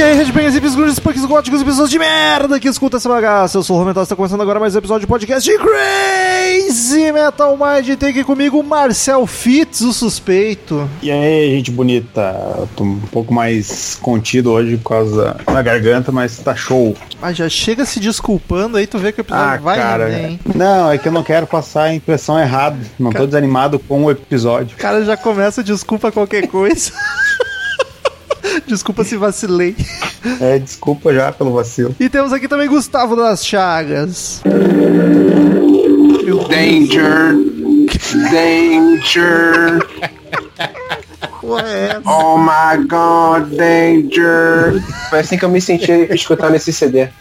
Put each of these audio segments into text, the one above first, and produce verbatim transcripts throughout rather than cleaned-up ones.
aí, Redbangers, hippies, grunges, punks, góticos e pessoas de merda que escuta essa bagaça. Eu sou o Romental, está começando agora mais um episódio de podcast de Crazy Metal Mind. Tem aqui comigo o Marcel Fitz, o suspeito. E aí, gente bonita. Eu tô um pouco mais contido hoje por causa da garganta, mas tá show. Ah, já chega se desculpando aí, tu vê que o episódio ah, vai cara, render, hein? Não, é que eu não quero passar a impressão errada. Não cara... tô desanimado com o episódio. O cara já começa, desculpa qualquer coisa. Desculpa se vacilei. É, desculpa já pelo vacilo. E temos aqui também Gustavo das Chagas. Danger! Danger! Ué, oh my god, danger! Foi assim que eu me senti escutando esse C D.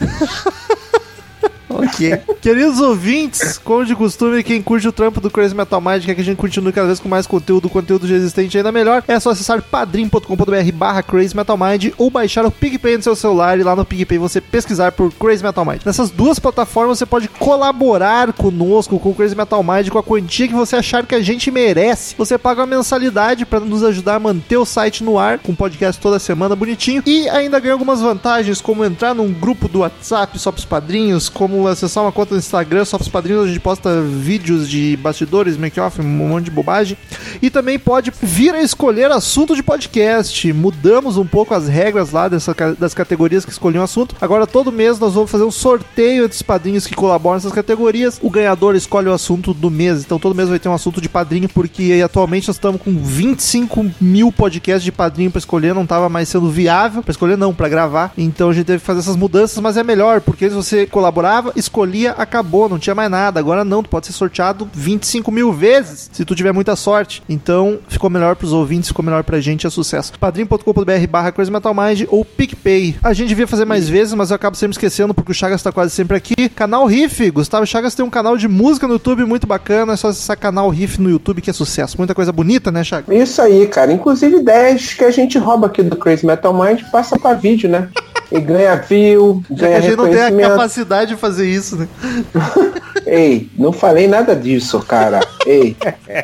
Ok. Queridos ouvintes, como de costume, quem curte o trampo do Crazy Metal Mind, quer que a gente continue cada vez com mais conteúdo, conteúdo já existente ainda melhor, é só acessar padrim.com.br barra Crazy Metal Mind ou baixar o PicPay no seu celular e lá no PicPay você pesquisar por Crazy Metal Mind. Nessas duas plataformas você pode colaborar conosco, com o Crazy Metal Mind, com a quantia que você achar que a gente merece. Você paga uma mensalidade para nos ajudar a manter o site no ar, com podcast toda semana bonitinho, e ainda ganha algumas vantagens, como entrar num grupo do WhatsApp só pros padrinhos, como acessar uma conta no Instagram só pros padrinhos, onde a gente posta vídeos de bastidores, make-off, um monte de bobagem. E também pode vir a escolher assunto de podcast. Mudamos um pouco as regras lá dessa, das categorias que escolhiam assunto. Agora todo mês nós vamos fazer um sorteio entre os padrinhos que colaboram nessas categorias. O ganhador escolhe o assunto do mês. Então todo mês vai ter um assunto de padrinho, porque atualmente nós estamos com vinte e cinco mil podcasts de padrinho pra escolher. Não tava mais sendo viável pra escolher, não, pra gravar. Então a gente teve que fazer essas mudanças, mas é melhor, porque se você colaborava, escolhia, acabou, não tinha mais nada. Agora não, tu pode ser sorteado vinte e cinco mil vezes se tu tiver muita sorte. Então ficou melhor pros ouvintes, ficou melhor pra gente, é sucesso. padrim.com.br barra Crazy Metal Mind ou PicPay. A gente devia fazer mais vezes, mas eu acabo sempre esquecendo porque o Chagas tá quase sempre aqui. Canal Riff, Gustavo Chagas tem um canal de música no YouTube muito bacana, é só acessar canal Riff no YouTube que é sucesso. Muita coisa bonita, né, Chagas? Isso aí, cara. Inclusive ideias que a gente rouba aqui do Crazy Metal Mind passa pra vídeo, né? E ganha view, ganha a gente não tem a capacidade capacidade de fazer isso, né? Ei, não falei nada disso, cara. Ei.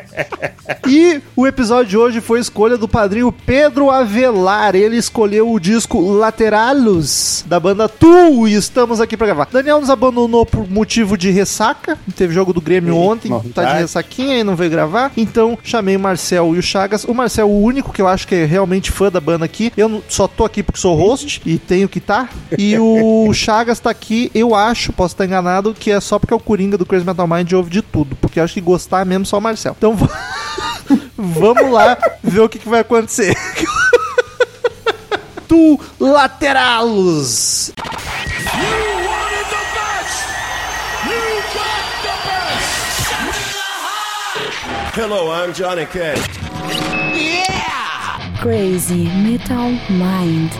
E o episódio de hoje foi escolha do padrinho Pedro Avelar. Ele escolheu o disco Lateralos, da banda Tool, e estamos aqui pra gravar. Daniel nos abandonou por motivo de ressaca. Teve jogo do Grêmio Ei, ontem, novidade. Tá de ressaquinha e não veio gravar. Então chamei o Marcel e o Chagas. O Marcel é o único que eu acho que é realmente fã da banda aqui. Eu só tô aqui porque sou host e tenho que tá. E o Chagas tá aqui, eu acho, posso estar enganado, que é só porque é o Coringa do Crazy Metal Mind ouve de tudo. Porque eu acho que gostar mesmo só o Marcel. Então vamos lá ver o que, que vai acontecer. Tu Lateralos. Hello, I'm Johnny Cash. Yeah! Crazy Metal Mind.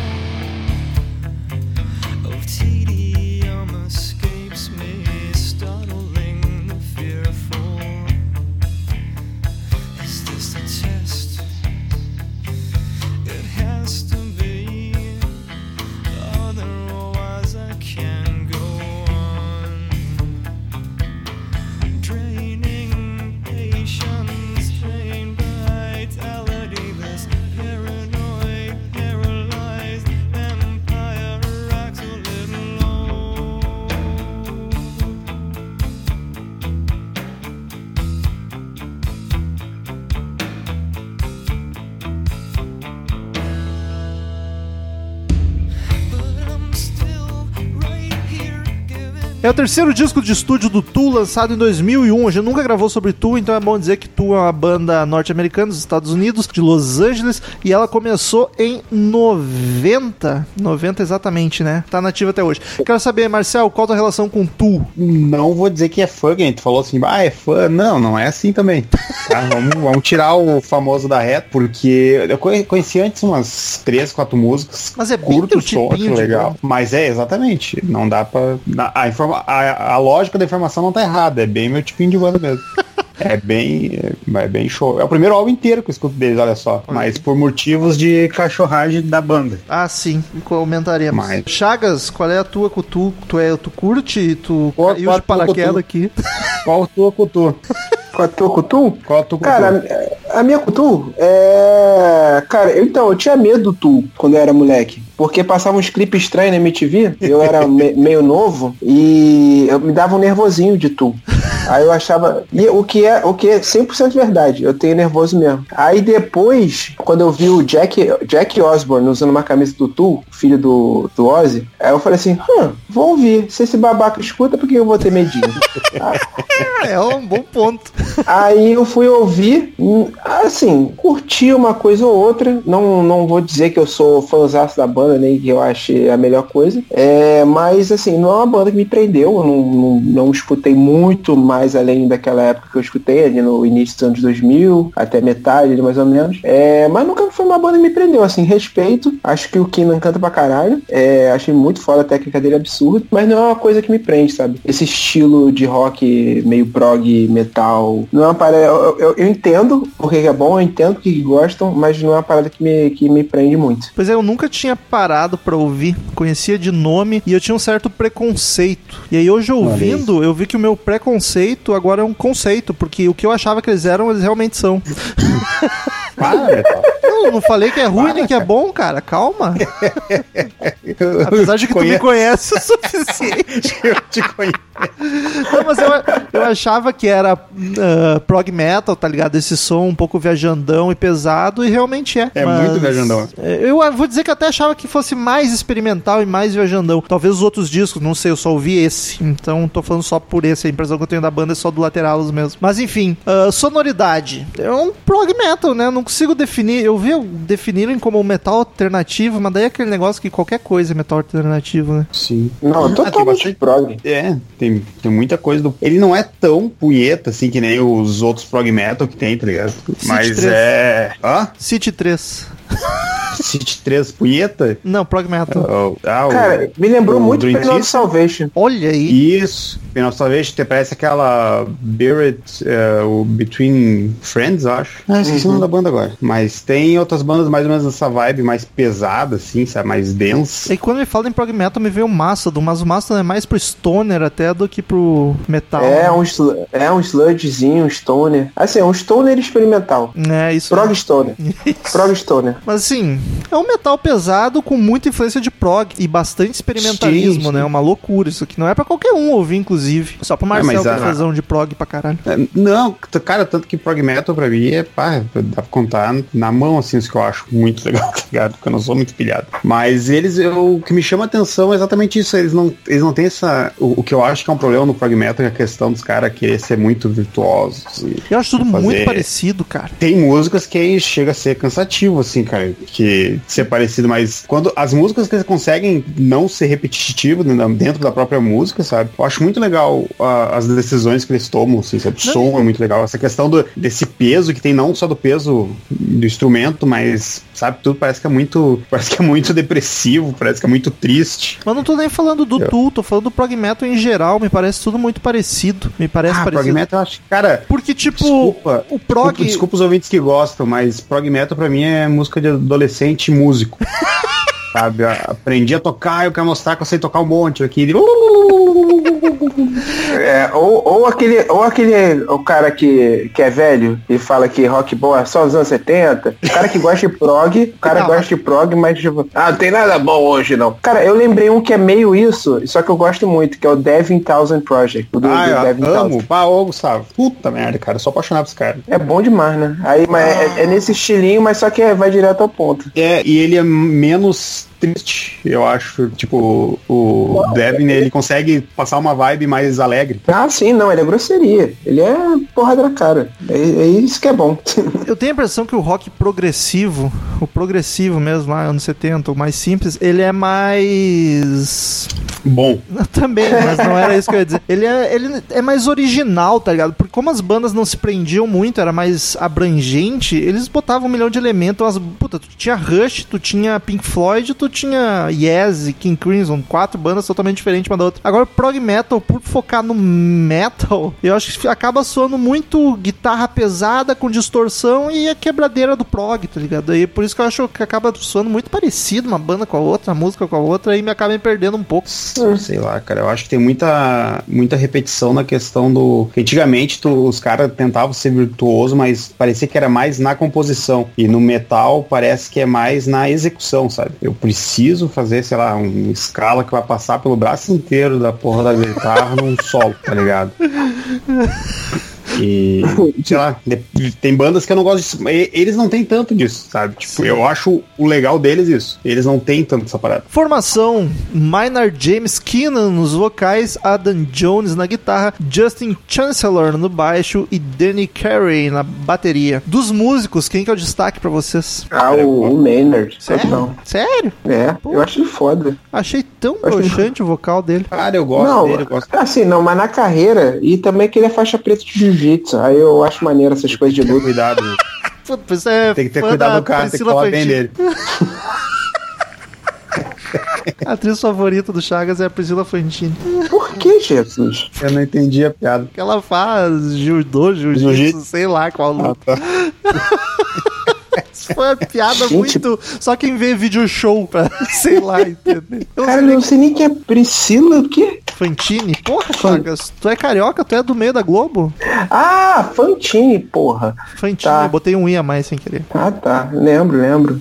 É o terceiro disco de estúdio do Tool, lançado em dois mil e um. A gente nunca gravou sobre Tool, então é bom dizer que Tool é uma banda norte-americana dos Estados Unidos, de Los Angeles, e ela começou em noventa. noventa exatamente, né? Tá nativa até hoje. Quero saber, Marcel, qual a tua relação com Tool? Não vou dizer que é fã, que a gente falou assim, ah, é fã. Não, não é assim também. Tá? vamos, vamos tirar o famoso da reta, porque eu conheci antes umas três, quatro músicas. Mas é bem curto o som, acho legal. Bom. Mas é, exatamente. Não dá pra... A, informa, a, a lógica da informação não tá errada. É bem meu tipinho de banda mesmo. É bem, é, é bem show. É o primeiro álbum inteiro que eu escuto deles, olha só. Olha. Mas por motivos de cachorragem da banda. Ah, sim. Comentaremos. Mas... Chagas, qual é a tua com tu? Tu, é, tu curte? Tu qual, caiu de paraquedas aqui? Qual a tua com tu? Qual a tua Cutu? Qual a tua Cutu? Cara, a, a minha Cutu é... Cara, eu, então, eu tinha medo do Tu quando eu era moleque. porque passavam uns clipes estranhos na M T V, eu era me, meio novo, e eu me dava um nervosinho de Tool. Aí eu achava... E o que é, o que é cem por cento verdade, eu tenho nervoso mesmo. Aí depois, quando eu vi o Jack, Jack Osbourne usando uma camisa do Tool, filho do, do Ozzy, aí eu falei assim, hum, vou ouvir. Se esse babaca escuta, por que eu vou ter medinho? É um bom ponto. Aí eu fui ouvir, assim, curti uma coisa ou outra, não, não vou dizer que eu sou fãzaço da banda, nem que eu ache a melhor coisa, é, mas assim, não é uma banda que me prendeu, eu não, não, não escutei muito mais além daquela época que eu escutei, ali no início dos anos dois mil, até metade, ali, mais ou menos, é, mas nunca foi uma banda que me prendeu, assim, respeito, acho que o Keenan canta pra caralho, é, achei muito foda, a técnica dele é absurda, mas não é uma coisa que me prende, sabe? Esse estilo de rock meio prog, metal, não é uma parada, eu, eu, eu entendo porque é bom, eu entendo porque gostam, mas não é uma parada que me, que me prende muito. Pois é, eu nunca tinha parado pra ouvir, conhecia de nome e eu tinha um certo preconceito. E aí hoje ouvindo, eu vi que o meu preconceito agora é um conceito, porque o que eu achava que eles eram, eles realmente são. Para, Não, não falei que é ruim nem que é bom, cara. Calma. Apesar de que tu me conhece o suficiente. Eu te conheço. Não, mas eu, eu achava que era uh, prog metal, tá ligado? Esse som um pouco viajandão e pesado, e realmente é. É mas muito viajandão. Eu vou dizer que até achava que fosse mais experimental e mais viajandão. Talvez os outros discos, não sei, eu só ouvi esse. Então tô falando só por esse. A impressão que eu tenho da banda é só do Lateralos mesmo. Mas enfim, uh, sonoridade. É um prog metal, né? Não consigo definir. Eu vi definirem como um metal alternativo, mas daí é aquele negócio que qualquer coisa é metal alternativo, né? Sim. Não, totalmente prog. É, tem, tem muita coisa do... Ele não é tão punheta, assim, que nem os outros prog metal que tem, tá ligado? Mas três. é... Hã? City três. City três punheta? Não, prog metal. Oh, ah, o, Cara, me lembrou o muito Dream Pain of Theater. Salvation. Olha aí. Isso. Pain of Salvation, te parece aquela Buried, uh, o Between Friends, eu acho. Ah, esqueci Uhum. o nome da banda agora. Mas tem outras bandas mais ou menos nessa vibe, mais pesada, assim, sabe? Mais densa. E quando me fala em prog metal, me veio o Mastodon, mas o Mastodon é mais pro stoner até do que pro metal. É né? um, sl- é um sludgezinho, um stoner. Assim, é um stoner experimental. É, isso. Prog stoner. Prog stoner. Mas assim, é um metal pesado com muita influência de prog e bastante experimentalismo, Sim, sim. né? Uma loucura isso aqui. Não é pra qualquer um ouvir, inclusive. Só pro Marcel mas que a- vai fazer um de prog pra caralho. É, Não, t- cara, tanto que prog metal pra mim é, pá, dá pra contar na mão, assim, os que eu acho muito legal, tá ligado? Porque eu não sou muito pilhado. Mas eles, eu, o que me chama a atenção é exatamente isso, eles não, eles não têm essa, o, o que eu acho que é um problema no prog metal, é a questão dos caras querer ser muito virtuosos. E Eu acho tudo fazer- muito parecido, cara. Tem músicas que chega a ser cansativo, assim, cara, que ser parecido, mas quando as músicas que eles conseguem não ser repetitivo dentro da própria música, sabe? Eu acho muito legal uh, as decisões que eles tomam, assim, sabe? O som é muito legal. Essa questão do, desse peso que tem, não só do peso do instrumento, mas, sabe, tudo parece que é muito, parece que é muito depressivo, parece que é muito triste. Mas não tô nem falando do Eu- Tu, tô falando do prog metal em geral. Me parece tudo muito parecido. Me parece Ah, prog parecido. metal, eu acho, cara... Porque, tipo, Desculpa, o prog... desculpa, desculpa os ouvintes que gostam, mas prog metal pra mim é música de adolescente músico. Sabe, a- aprendi a tocar, eu quero mostrar que eu sei tocar um monte aqui. É, ou, ou aquele, ou aquele o cara que, que é velho e fala que rock bom é só dos anos setenta. O cara que gosta de prog, o cara Não. gosta de prog, mas tipo, ah, não tem nada bom hoje não. Cara, eu lembrei um que é meio isso, só que eu gosto muito, que é o Devin Townsend Project. O do, Ah, do eu Devin amo. Townsend. Pá, ô, Gustavo. Puta merda, cara. Eu sou apaixonado por esse cara. É bom demais, né? Aí, mas é, é nesse estilinho, mas só que é- vai direto ao ponto. É, e ele é menos triste, eu acho. Tipo, o Devin, ele consegue passar uma vibe mais alegre. Ah, sim, não, ele é grosseria. Ele é porrada na cara. É, é isso que é bom. Eu tenho a impressão que o rock progressivo, o progressivo mesmo, lá anos setenta, o mais simples, ele é mais... Bom. Também, mas não era isso que eu ia dizer. Ele é, ele é mais original, tá ligado? Porque como as bandas não se prendiam muito, era mais abrangente, eles botavam um milhão de elementos. As, puta, tu tinha Rush, tu tinha Pink Floyd, tu tinha Yes e King Crimson, quatro bandas totalmente diferentes uma da outra. Agora, o prog metal, por focar no metal, eu acho que acaba soando muito guitarra pesada com distorção e a quebradeira do prog, tá ligado? E por isso que eu acho que acaba soando muito parecido uma banda com a outra, uma música com a outra, e me acaba me perdendo um pouco. Sei lá, cara. Eu acho que tem muita, muita repetição na questão do... Antigamente, virtu... os caras tentavam ser virtuoso, mas parecia que era mais na composição. E no metal parece que é mais na execução, sabe? Eu preciso fazer, sei lá, uma escala que vai passar pelo braço inteiro da porra da guitarra num solo, tá ligado? E, sei lá, tem bandas que eu não gosto disso. Eles não tem tanto disso, sabe? Tipo, eu acho o legal deles isso. Eles não tem tanto essa parada. Formação: Maynard James Keenan nos vocais, Adam Jones na guitarra, Justin Chancellor no baixo e Danny Carey na bateria. Dos músicos, quem que é o destaque pra vocês? Ah, o, o Maynard. Sério? Não. Sério? É, Pô, eu acho ele foda. Achei tão Eu achei- broxante o vocal dele. Cara, eu gosto Não, dele, eu gosto. assim, não, mas na carreira, e também que ele é faixa preta de jiu-jitsu. Aí eu acho maneiro essas coisas de luta. Cuidado. Puta, isso é Tem que ter fã cuidado da do cara, tem que Priscila falar bem Fantini. dele. A atriz favorita do Chagas é a Priscila Fantini. Por que, Jesus? Eu não entendi a piada. Que ela faz judô, jiu-jitsu, Jiu-jitsu. sei lá qual Ah, luta. tá. Isso foi uma piada Gente. muito... Só quem vê vídeo show pra, sei lá, entender. Eu Cara, eu não sei nem quem é Priscila, o quê? Fantini? Porra, Chagas, tu é carioca? Tu é do meio da Globo? Ah, Fantini, porra. Fantini, Tá. eu botei um i a mais sem querer. Ah, tá. Lembro, lembro.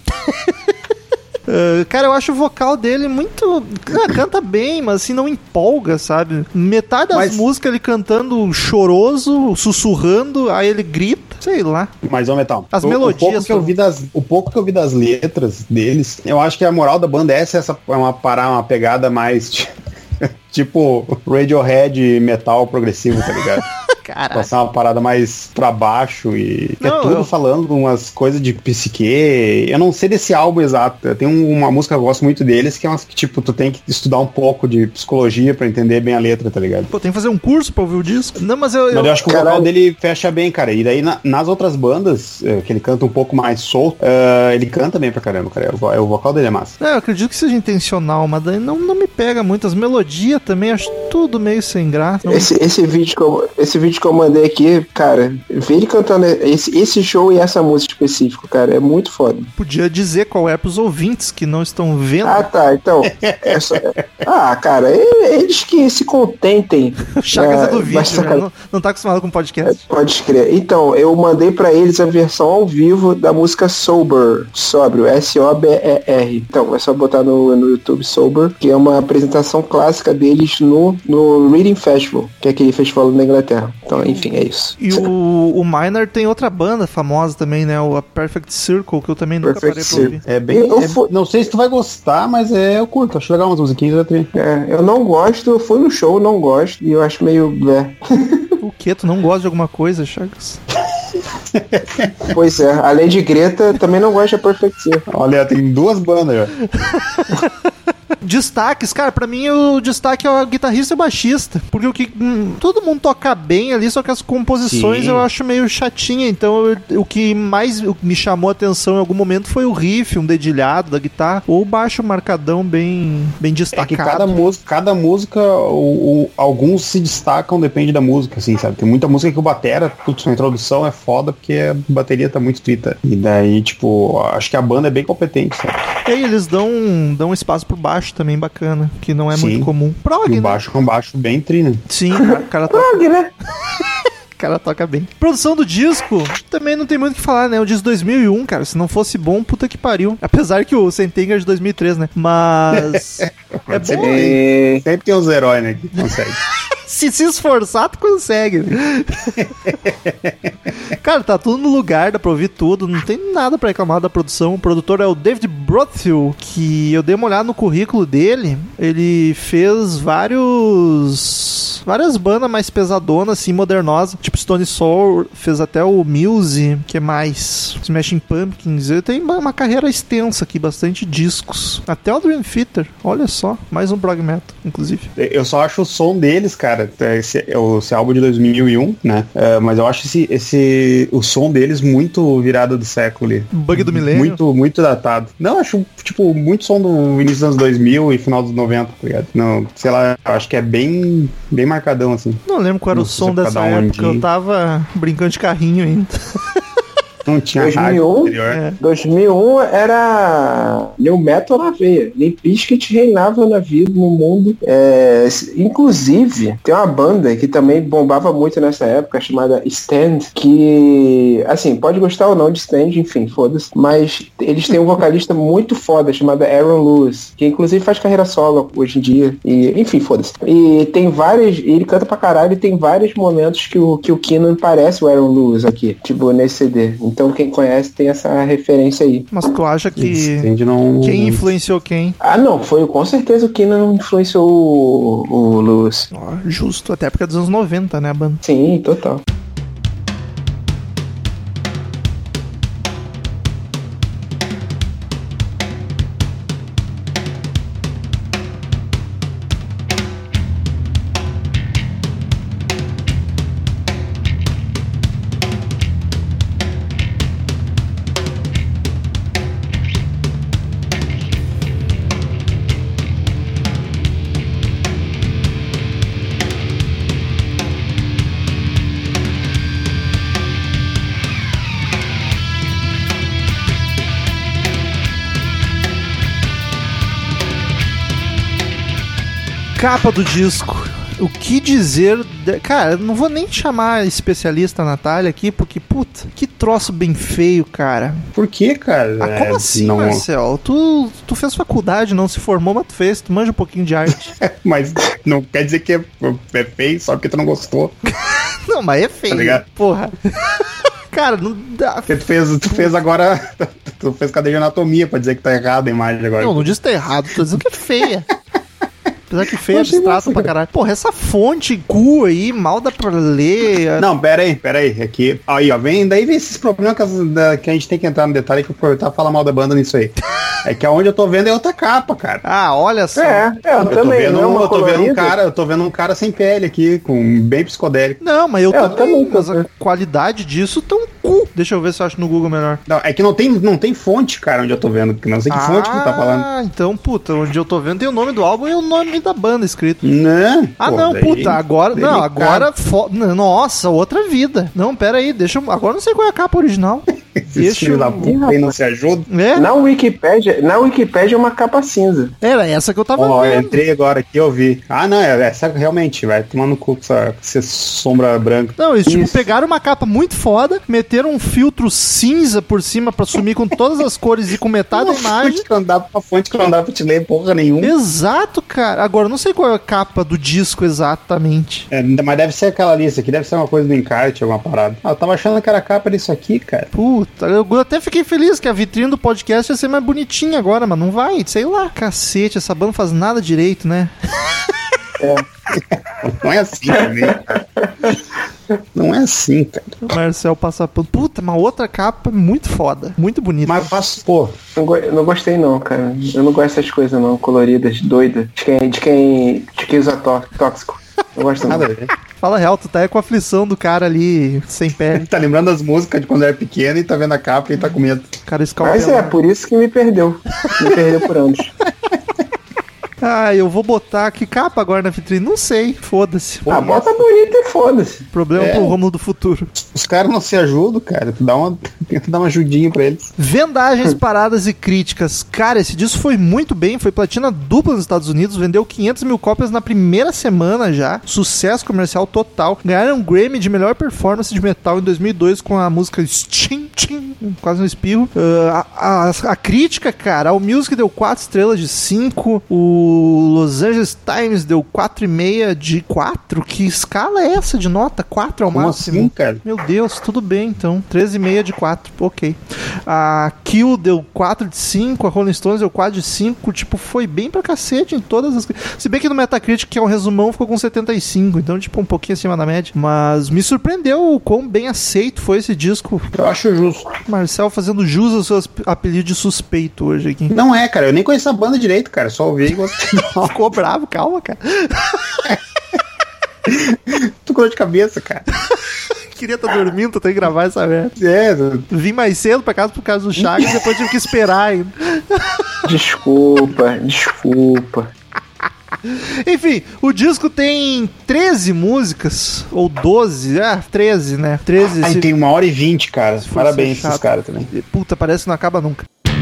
Uh, cara, eu acho o vocal dele muito... Ah, canta bem, mas assim, não empolga, sabe? Metade das Mas- músicas ele cantando choroso, sussurrando, aí ele grita, sei lá. Mas, ô Metal, As o, melodias o pouco que eu são- vi das, o pouco que eu vi das letras deles, eu acho que a moral da banda é essa, essa é uma parada, uma pegada mais tipo Radiohead metal progressivo, tá ligado? Caralho. Passar uma parada mais pra baixo e que Não, é tudo eu- falando umas coisas de psique. Eu não sei desse álbum exato. Tem um- uma música que eu gosto muito deles, que é umas que, tipo, tu tem que estudar um pouco de psicologia pra entender bem a letra, tá ligado? Pô, tem que fazer um curso pra ouvir o disco. Não, mas eu... Mas eu- eu acho que o vocal Caralho. dele fecha bem, cara. E daí na- nas outras bandas, eh, que ele canta um pouco mais solto, eh, ele canta bem pra caramba, cara. O, vo- o vocal dele é massa. É, eu acredito que seja intencional, mas daí não, não me pega muito. As melodias também, acho tudo meio sem graça. Não- Esse, esse, vídeo que eu, esse vídeo que eu mandei aqui, cara, ver ele cantando esse, esse show e essa música específico, cara, é muito foda. Podia dizer qual é pros ouvintes que não estão vendo. Ah, tá, então. É só- ah, cara, e- eles que se contentem. O Chagas é Ah, do vídeo, basta- né? não, não tá acostumado com podcast. Pode escrever. Então, eu mandei pra eles a versão ao vivo da música Sober, sóbrio, S O B E R. Então, é só botar no, no YouTube Sober, que é uma apresentação clássica deles no, no Reading Festival, que é aquele festival na Inglaterra. Então, enfim, é isso. E o, o Maynard tem outra banda famosa também, né? O A Perfect Circle, que eu também nunca Perfect parei pra Circle. ouvir. É bem. Eu é- fui- Não sei se tu vai gostar, mas é, eu curto. Acho legal umas musiquinhas da tri. É, eu não gosto, eu fui no show, não gosto, e eu acho meio... blé. O quê? Tu não gosta de alguma coisa, Chagas? Pois é, além de Greta, também não gosto da Perfect Circle. Olha, tem duas bandas já. Destaques, cara, pra mim o destaque é o guitarrista e o baixista. Porque o que hum, todo mundo toca bem ali, só que as composições Sim. eu acho meio chatinha. Então eu- o que mais me chamou a atenção em algum momento foi o riff, um dedilhado da guitarra, ou o baixo marcadão bem, bem É destacado. que cada música, cada música o, o- alguns se destacam, depende da música, assim, sabe? Tem muita música que o batera, putz, a introdução é foda porque a bateria tá muito frita. E daí, tipo, acho que a banda é bem competente, sabe? E aí eles dão, dão espaço pro baixo também bacana, que não é Sim. muito comum. Prog, E né? o baixo com baixo bem trina. Sim, cara, o cara toca, Prog, né? o cara toca bem. Produção do disco, também não tem muito o que falar, né? O disco dois mil e um, cara, se não fosse bom, puta que pariu. Apesar que o Sentenger é de dois mil e três, né? Mas é Pode ser bom. bem. E... Sempre tem uns heróis, né, que consegue. Se se esforçar, tu consegue. Cara, tá tudo no lugar, dá pra ouvir tudo. Não tem nada pra reclamar da produção. O produtor é o David Brothill, que eu dei uma olhada no currículo dele. Ele fez vários... várias bandas mais pesadonas, assim, modernosas. Tipo Stone Sour, fez até o Muse, que mais? Smashing Pumpkins. Ele tem uma uma carreira extensa aqui, bastante discos. Até o Dream Theater, olha só. Mais um prog metal, inclusive. Eu só acho o som deles, cara, esse, esse álbum de dois mil e um, né? É, mas eu acho esse, esse, o som deles muito virado do século ali. Bug do milênio. Muito, muito datado. Não, eu acho, tipo, muito som do início dos anos dois mil e final dos noventa, tá ligado? Não, sei lá, eu acho que é bem, bem marcadão, assim. Não lembro qual era Não o sei som se é pra dessa dar um época. Eu andinho. tava brincando de carrinho ainda. Não tinha dois mil e um, rádio anterior. É. dois mil e um era New Metal na veia. Limp Bizkit reinava na vida, no mundo. É, inclusive, tem uma banda que também bombava muito nessa época, chamada Stand, que, assim, pode gostar ou não de Stand, enfim, foda-se, mas eles têm um vocalista muito foda, chamado Aaron Lewis, que inclusive faz carreira solo hoje em dia, e, enfim, foda-se. E tem várias, ele canta pra caralho, e tem vários momentos que o, que o Keenan parece o Aaron Lewis aqui, tipo, nesse C D. Então, quem conhece tem essa referência aí. Mas tu acha que... Stand não... Quem influenciou quem? Ah, não, foi com certeza o Keenan influenciou o, o Lewis. Ó, justo, até porque é dos anos noventa, né, a banda? Sim, total. Capa do disco. O que dizer... De... Cara, eu não vou nem chamar especialista Natália aqui, porque, puta, que troço bem feio, cara. Por que, cara? Ah, como É, assim, não... Marcel? Tu, tu fez faculdade, não se formou, mas tu fez. Tu manja um pouquinho de arte. Mas não quer dizer que é, é feio só porque tu não gostou. Não, mas é feio. Tá ligado? Porra. Cara, não dá... Porque tu fez, tu fez agora... Tu fez cadeia de anatomia pra dizer que tá errado a imagem agora. Não, não disse que tá errado. Tô dizendo que é feia. Apesar que feio é achei abstrato massa, pra cara. caralho. Porra, essa fonte cu aí, mal dá pra ler. Não, pera aí, pera aí. Aqui, aí, ó, vem, daí vem esses problemas que, as- da- que a gente tem que entrar no detalhe que eu aproveitar e falar mal da banda nisso aí. É que aonde eu tô vendo é outra capa, cara. Ah, olha só. É, é, eu, Eu tô, também. vendo, não é um- uma eu tô vendo um colorida. cara, eu tô vendo um cara sem pele aqui, com bem psicodélico. Não, mas eu, É, eu também, também tô mas a vendo. qualidade disso tá um cu. Deixa eu ver se eu acho no Google melhor. Não, é que não tem, não tem fonte, cara, onde eu tô vendo. Não sei que fonte que tu tá falando. Ah, então, puta, onde eu tô vendo tem o nome do álbum e o nome da banda escrito. Não. Ah, pô, não, daí- puta, agora. Não, delicado. agora. Fo... não, Nossa, outra vida. Não, pera aí, deixa eu. Agora eu não sei qual é a capa original. Esses Deixa filhos da eu. puta aí não se ajudam. É? Na Wikipédia, na Wikipédia é uma capa cinza. Era essa que eu tava Ó, eu vendo. entrei agora aqui, eu vi. Ah, não, é essa realmente, vai tomar no cu com essa, com essa sombra branca. Não, eles tipo Isso. pegaram uma capa muito foda, meteram um filtro cinza por cima pra sumir com todas as cores e com metade da Uma imagem. fonte que não dá, uma fonte que não dá pra te ler porra nenhuma. Exato, cara. Agora, eu não sei qual é a capa do disco exatamente. É, mas deve ser aquela lista aqui, deve ser uma coisa do encarte, alguma parada. Ah, eu tava achando que era a capa disso aqui, cara. Puta, eu até fiquei feliz que a vitrine do podcast ia ser mais bonitinha agora, mas não vai, sei lá. Cacete, essa banda não faz nada direito, né? Não é assim também, cara. Não é assim, cara. Marcel passa pano. Puta, uma outra capa muito foda, muito bonita. Mas faço, pô, Não, go- não gostei não, cara. Eu não gosto dessas coisas não, coloridas, doidas. De quem, de quem, de quem usa tó- tóxico. Não gosto nada a não. ver. Fala real, tu tá aí com a aflição do cara ali, sem pele. Tá lembrando das músicas de quando era pequeno e tá vendo a capa e tá com medo. Cara Mas escalpelado. é, por isso que me perdeu. Me perdeu por anos. Ah, eu vou botar que capa agora na vitrine? Não sei, foda-se. Ah, bota bonito e foda-se. Problema É. pro Rômulo do futuro. Os caras não se ajudam, cara. Tu dá uma, tenta dar uma ajudinha pra eles. Vendagens, paradas e críticas. Cara, esse disco foi muito bem, foi platina dupla nos Estados Unidos, vendeu quinhentas mil cópias na primeira semana já, sucesso comercial total. Ganharam um Grammy de melhor performance de metal em dois mil e dois com a música Stim, Tim, quase um espirro. Uh, a, a, a crítica, cara, o Music deu quatro estrelas de cinco, o Los Angeles Times deu quatro e meia de quatro. Que escala é essa de nota? quatro ao Como máximo? assim, cara? Meu Deus, tudo bem então. treze e meia de quatro, ok. A Kill deu quatro de cinco, a Rolling Stones deu quatro de cinco. Tipo, foi bem pra cacete em todas as. Se bem que no Metacritic, que é um resumão, ficou com setenta e cinco. Então, tipo, um pouquinho acima da média. Mas me surpreendeu o quão bem aceito foi esse disco. Eu acho justo. Marcel fazendo jus aos seus apelidos de suspeito hoje aqui. Não é, cara. Eu nem conheço a banda direito, cara. Só ouvi e gostei. Ficou bravo, calma, cara. Tu com dor de cabeça, cara. Queria estar dormindo, tô tendo que gravar essa merda. É, Vim mais cedo pra casa por causa do Chagas, depois tive que esperar ainda. Desculpa, desculpa. Enfim, o disco tem treze músicas, ou doze, é, treze, né? treze. Aí se... tem uma hora e vinte, cara. se Parabéns chato. esses caras também. Puta, parece que não acaba nunca.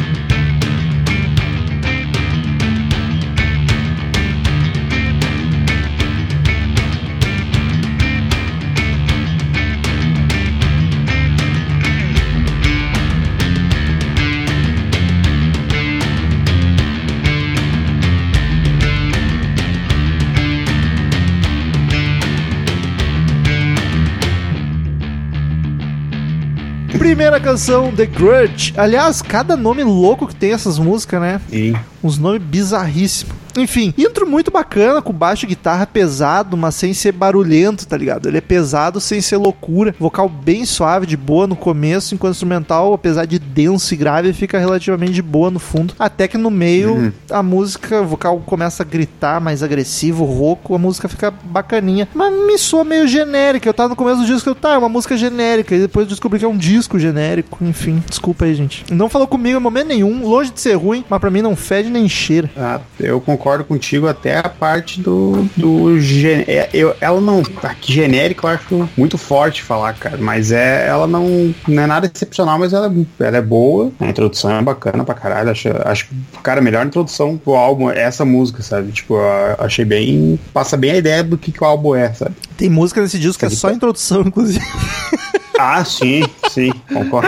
Primeira canção, The Grudge. Aliás, cada nome louco que tem essas músicas, né? Sim. Uns nomes bizarríssimos. Enfim, intro muito bacana, com baixo e guitarra pesado, mas sem ser barulhento, tá ligado? Ele é pesado sem ser loucura. Vocal bem suave, de boa no começo, enquanto o instrumental, apesar de denso e grave, fica relativamente de boa no fundo. Até que no meio, uhum. a música, o vocal começa a gritar mais agressivo, rouco, a música fica bacaninha. Mas me soa meio genérica. Eu tava no começo do disco, eu, tá, é uma música genérica. E depois eu descobri que é um disco genérico. Enfim, desculpa aí, gente. Não falou comigo em momento nenhum, longe de ser ruim, mas pra mim não fede nem cheira. Ah, eu concordo. Concordo contigo até a parte do, do gen... eu, ela não, aqui genérica eu acho muito forte falar, cara, mas é, ela não, não é nada excepcional, mas ela, ela é boa, a introdução é bacana pra caralho, acho, acho cara, a melhor introdução pro álbum é essa música, sabe, tipo, eu achei bem, passa bem a ideia do que, que o álbum é, sabe. Tem música nesse disco que é só introdução, inclusive. Ah, sim, sim, concordo.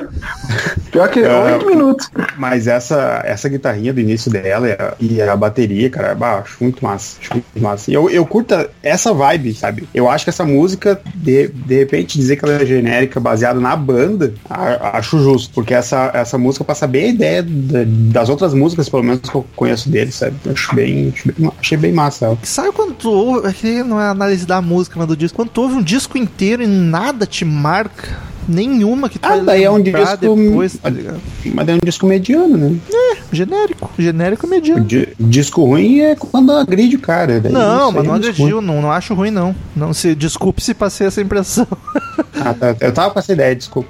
Pior que oito uh, minutos. Mas essa, essa guitarrinha do início dela e a, e a bateria, cara, bah, acho muito massa. Acho muito massa. E eu, eu curto essa vibe, sabe? Eu acho que essa música, de, de repente, dizer que ela é genérica, baseada na banda, a, acho justo. Porque essa, essa música passa bem a ideia da, das outras músicas, pelo menos, que eu conheço dele, sabe? Acho bem, acho bem, achei bem massa ela. Sabe quando tu ouve, aqui não é análise da música, mas do disco, quando tu ouve um disco inteiro e nada te marca, nenhuma que tu ah, vai daí é um disco depois, tá ligado? Mas é um disco mediano, né? É, genérico. Genérico mediano. D- disco ruim é quando agride o cara. Daí não, mas é não um agrediu, não, não acho ruim, não. Não se desculpe se passei essa impressão. Ah, tá. Eu tava com essa ideia, desculpa.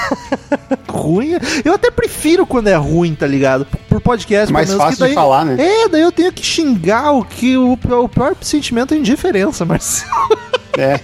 Ruim? Eu até prefiro quando é ruim, tá ligado? Por podcast, mais pelo menos, fácil que daí, de falar, né? É, daí eu tenho que xingar o que o, o pior sentimento é indiferença, Marcelo. É.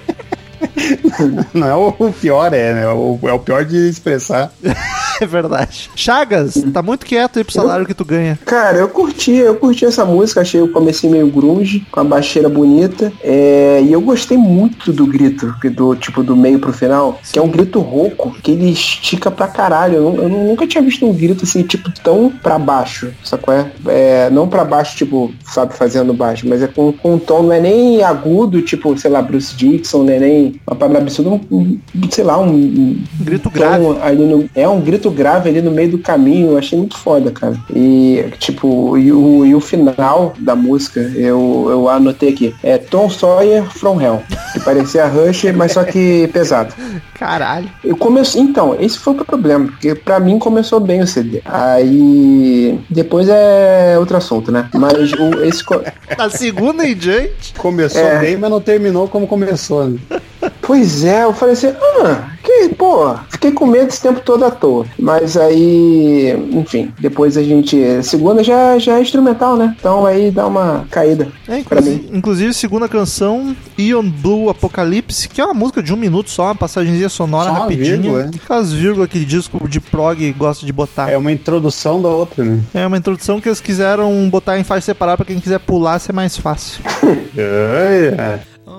Não é o pior, é, né? É o, é o pior de expressar. É verdade. Chagas, tá muito quieto aí pro salário que tu ganha. Cara, eu curti, eu curti essa música, achei o comecinho meio grunge, com a baixeira bonita, é, e eu gostei muito do grito, do tipo, do meio pro final, que é um grito rouco, que ele estica pra caralho. Eu, eu nunca tinha visto um grito assim, tipo, tão pra baixo, sacou? É, é, não pra baixo, tipo, sabe, fazendo baixo, mas é com, com um tom, não é nem agudo, tipo, sei lá, Bruce Dickinson, não é nem uma palavra absurda, um, um, sei lá, um, um grito grave. Ali no, é um grito grave ali no meio do caminho, eu achei muito foda, cara. E, tipo, e o, e o final da música, eu, eu anotei aqui, é Tom Sawyer From Hell, que parecia Rush, mas só que pesado. Caralho. Eu comece... Então, esse foi o problema, porque pra mim começou bem o C D. Aí, depois é outro assunto, né? Mas o, esse... Na segunda em diante... Começou é... bem, mas não terminou como começou, né? Pois é, eu falei assim, ah, que, pô, fiquei com medo esse tempo todo à toa. Mas aí, enfim, depois a gente... Segunda já, já é instrumental, né? Então aí dá uma caída é, pra mim. Inclusive, segunda canção, Ion Blue Apocalypse, que é uma música de um minuto só, uma passagemzinha sonora só rapidinha. Vírgula, é. Aquelas vírgulas que disco de prog gosta de botar. É uma introdução da outra, né? É uma introdução que eles quiseram botar em faixa separada pra quem quiser pular ser mais fácil. é, é.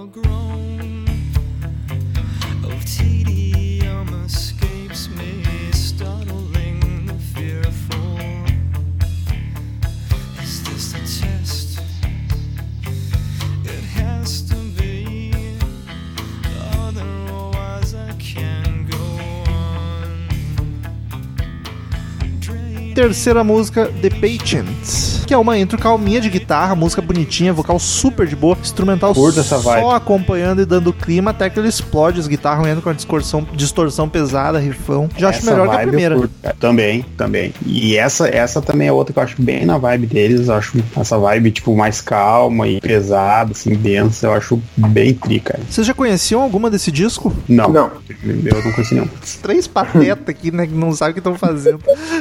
Terceira música, The Patient, que é uma intro calminha de guitarra, música bonitinha, vocal super de boa, instrumental só acompanhando e dando clima até que ele explode, as guitarras entram com a distorção, distorção pesada, rifão. Já acho essa melhor que a primeira. Também, também. E essa, essa também é outra que eu acho bem na vibe deles, eu acho essa vibe tipo mais calma e pesada, assim, densa, eu acho bem tri, cara. Vocês já conheciam alguma desse disco? Não. Não. Eu não conheci nenhum. Três patetas aqui, né, que não sabem o que estão fazendo.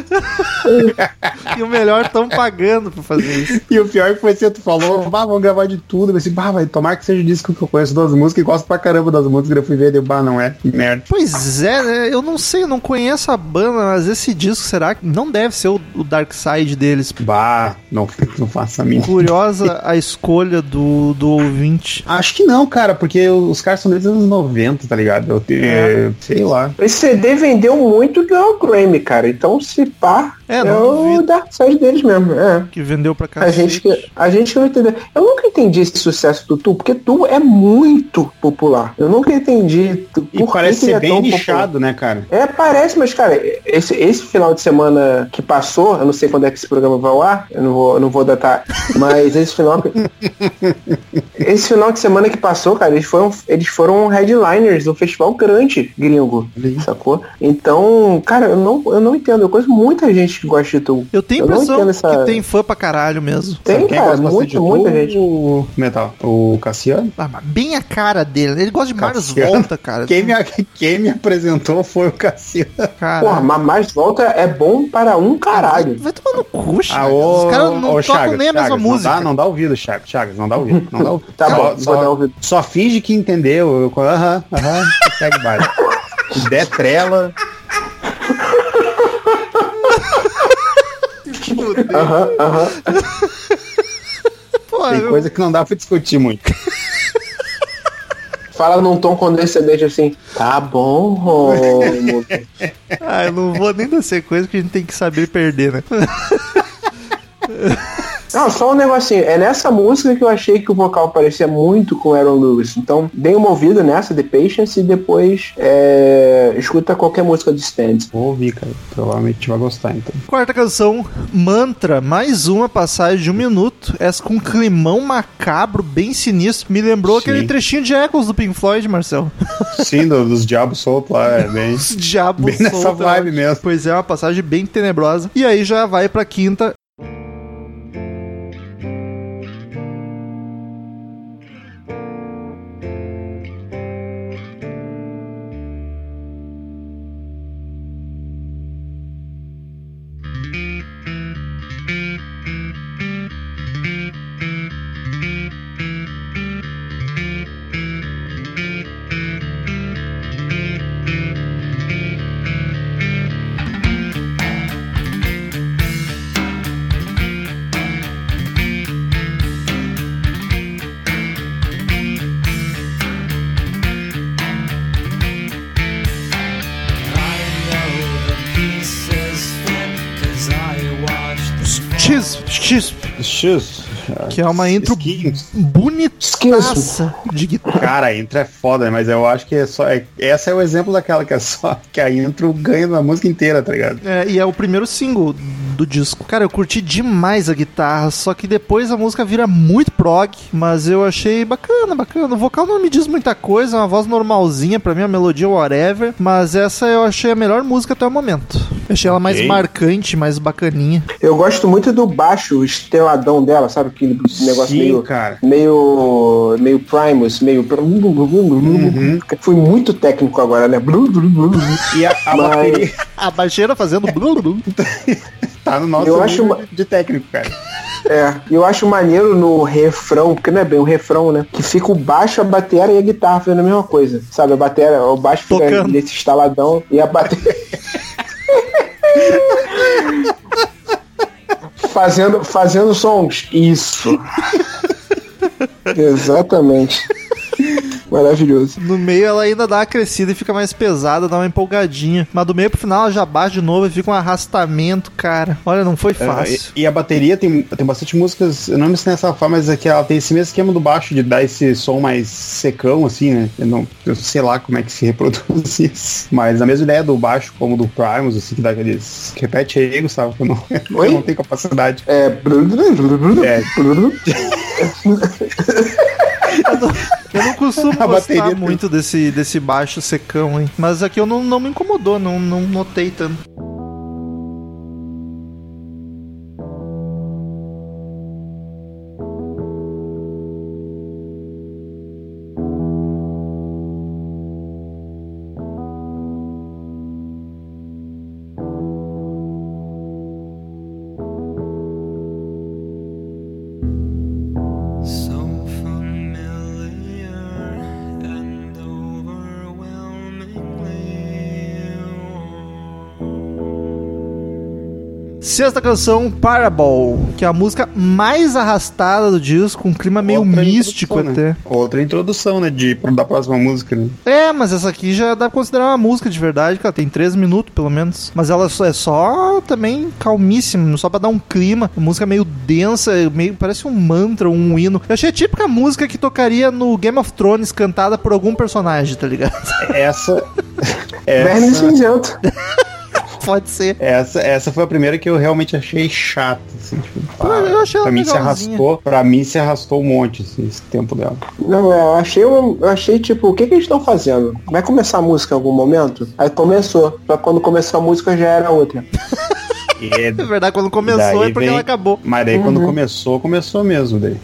E o melhor, estão pagando pra fazer isso. E o pior que foi assim, tu falou, bah, vamos gravar de tudo. Eu pensei, bah, vai tomar que seja o disco que eu conheço das músicas e gosto pra caramba das músicas. Eu fui ver, deu, bah, não é, que merda. Pois é, né? Eu não sei, eu não conheço a banda, mas esse disco, será que não deve ser o, o Dark Side deles? Bah, não, não faça a minha. Curiosa a escolha do, do ouvinte. Acho que não, cara, porque os caras são desde os anos noventa, tá ligado? Eu te, é. Sei lá. Esse C D vendeu muito e ganhou o Grammy, cara. Então, se pá, É, é não o duvido. Dark Side deles mesmo. É. Que vendeu pra A cacete. gente, que, a gente que não entendeu. Eu nunca entendi esse sucesso do Tu, porque Tu é muito popular. Eu nunca entendi tu, E por parece que que ser ele é tão bem popular. nichado, né, cara? É, parece, mas, cara, esse, esse final de semana que passou, eu não sei quando é que esse programa vai ao ar, eu não vou, eu não vou datar, mas esse final esse final de semana que passou, cara, eles foram, eles foram headliners do festival grande gringo, sacou? Então, cara, eu não, eu não entendo, eu conheço muita gente que gosta de Tu. Eu tenho a Eu não impressão entendo essa- que tem fã pra caralho mesmo. Tem, Sabe quem cara, gosta bastante de muito, muita Tu? gente. O Metal. O Cassiano. Ah, mas bem a cara dele. Ele gosta de Mars Cassiano. Volta, cara. Quem me, quem me apresentou foi o Cassiano. Cara, Porra, mas mais volta é bom para um caralho. vai tomar no cu, Ah, Chagas. ô, Os caras não ô, tocam Chagas, nem a mesma Chagas, música. Não dá, não dá ouvido, Chagas. Chagas, não dá ouvido. Não dá ouvido. Tá só, bom, vou só, dar ouvido. só finge que entendeu. Eu- Aham, aham, segue baile. Se der trela. Aham, aham. Pô, Tem eu- coisa que não dá pra discutir muito. Fala num tom condescendente assim, tá bom, Romulo. Ah, eu não vou nem dar sequência que a gente tem que saber perder, né? Não, só um negocinho. É nessa música que eu achei que o vocal parecia muito com Aaron Lewis. Então, dei uma ouvida nessa, The Patience, e depois é, escuta qualquer música do Stand. Vou ouvir, cara. Provavelmente vai gostar, então. Quarta canção, Mantra, mais uma passagem de um minuto, essa com um climão macabro, bem sinistro. Me lembrou Sim. aquele trechinho de Echoes do Pink Floyd, Marcel. Sim, do- dos diabos soltos lá, é bem... Os diabos Bem nessa soltos, vibe né? mesmo. Pois é, uma passagem bem tenebrosa. E aí já vai pra quinta. X, X, X. que é uma intro Skins. bonitaça de guitarra. Cara, a intro é foda, mas eu acho que é só. É, essa é o exemplo daquela que é só que a intro ganha na música inteira, tá ligado? É, e é o primeiro single do disco. Cara, eu curti demais a guitarra, só que depois a música vira muito prog, mas eu achei bacana, bacana. O vocal não me diz muita coisa, é uma voz normalzinha, pra mim, a melodia whatever, mas essa eu achei a melhor música até o momento. Eu achei ela mais Ok. marcante, mais bacaninha. Eu gosto muito do baixo, o esteladão dela, sabe? Aquele negócio Sim, meio, cara. meio. meio Primus, meio. Fui muito técnico agora, né? E a, a Mas- bateria A baixeira fazendo blu, blu. tá no nosso Eu acho nível uma- de técnico, cara. É, eu acho maneiro no refrão, porque não é bem o refrão, né? Que fica o baixo, a bateria e a guitarra fazendo a mesma coisa. Sabe, a bateria, o baixo fica Tocando. nesse estaladão e a bateria. fazendo, fazendo sons. Isso. Exatamente. Maravilhoso. No meio ela ainda dá uma crescida e fica mais pesada, dá uma empolgadinha. Mas do meio pro final ela já baixa de novo e fica um arrastamento, cara. Olha, não foi fácil. É, e, e a bateria tem, tem bastante músicas, eu não me sei nessa forma, mas é que ela tem esse mesmo esquema do baixo, de dar esse som mais secão, assim, né? Eu não eu sei lá como é que se reproduz isso. Mas a mesma ideia do baixo, como do Primus, assim, que dá aqueles... Repete aí, Gustavo, que eu não, Oi? eu não tenho capacidade. É. É. Eu não costumo A gostar bateria tem- muito desse, desse baixo secão, hein? Mas aqui eu não, não me incomodou, não, não notei tanto. Sexta canção, Parable, que é a música mais arrastada do disco, um clima meio Outra místico introdução, até. né? Outra introdução, né? De, da próxima música, né? É, mas essa aqui já dá pra considerar uma música de verdade, que ela tem treze minutos, pelo menos. Mas ela só, é só também calmíssima, só pra dar um clima. Uma música meio densa, meio, parece um mantra, um hino. Eu achei a típica música que tocaria no Game of Thrones, cantada por algum personagem, tá ligado? Essa... Verme essa... cinzento. Pode ser. Essa, essa foi a primeira que eu realmente achei chata, assim, tipo, Pô, eu achei ela pra mim se legalzinha. arrastou, pra mim se arrastou um monte, assim, esse tempo dela. Não, eu achei, um- eu achei tipo, o que, que eles estão fazendo? Vai começar a música em algum momento? Aí começou. Só que quando começou a música já era outra. E é- É verdade, quando começou daí é porque vem- ela acabou. Mas daí quando Uhum. começou, começou mesmo daí.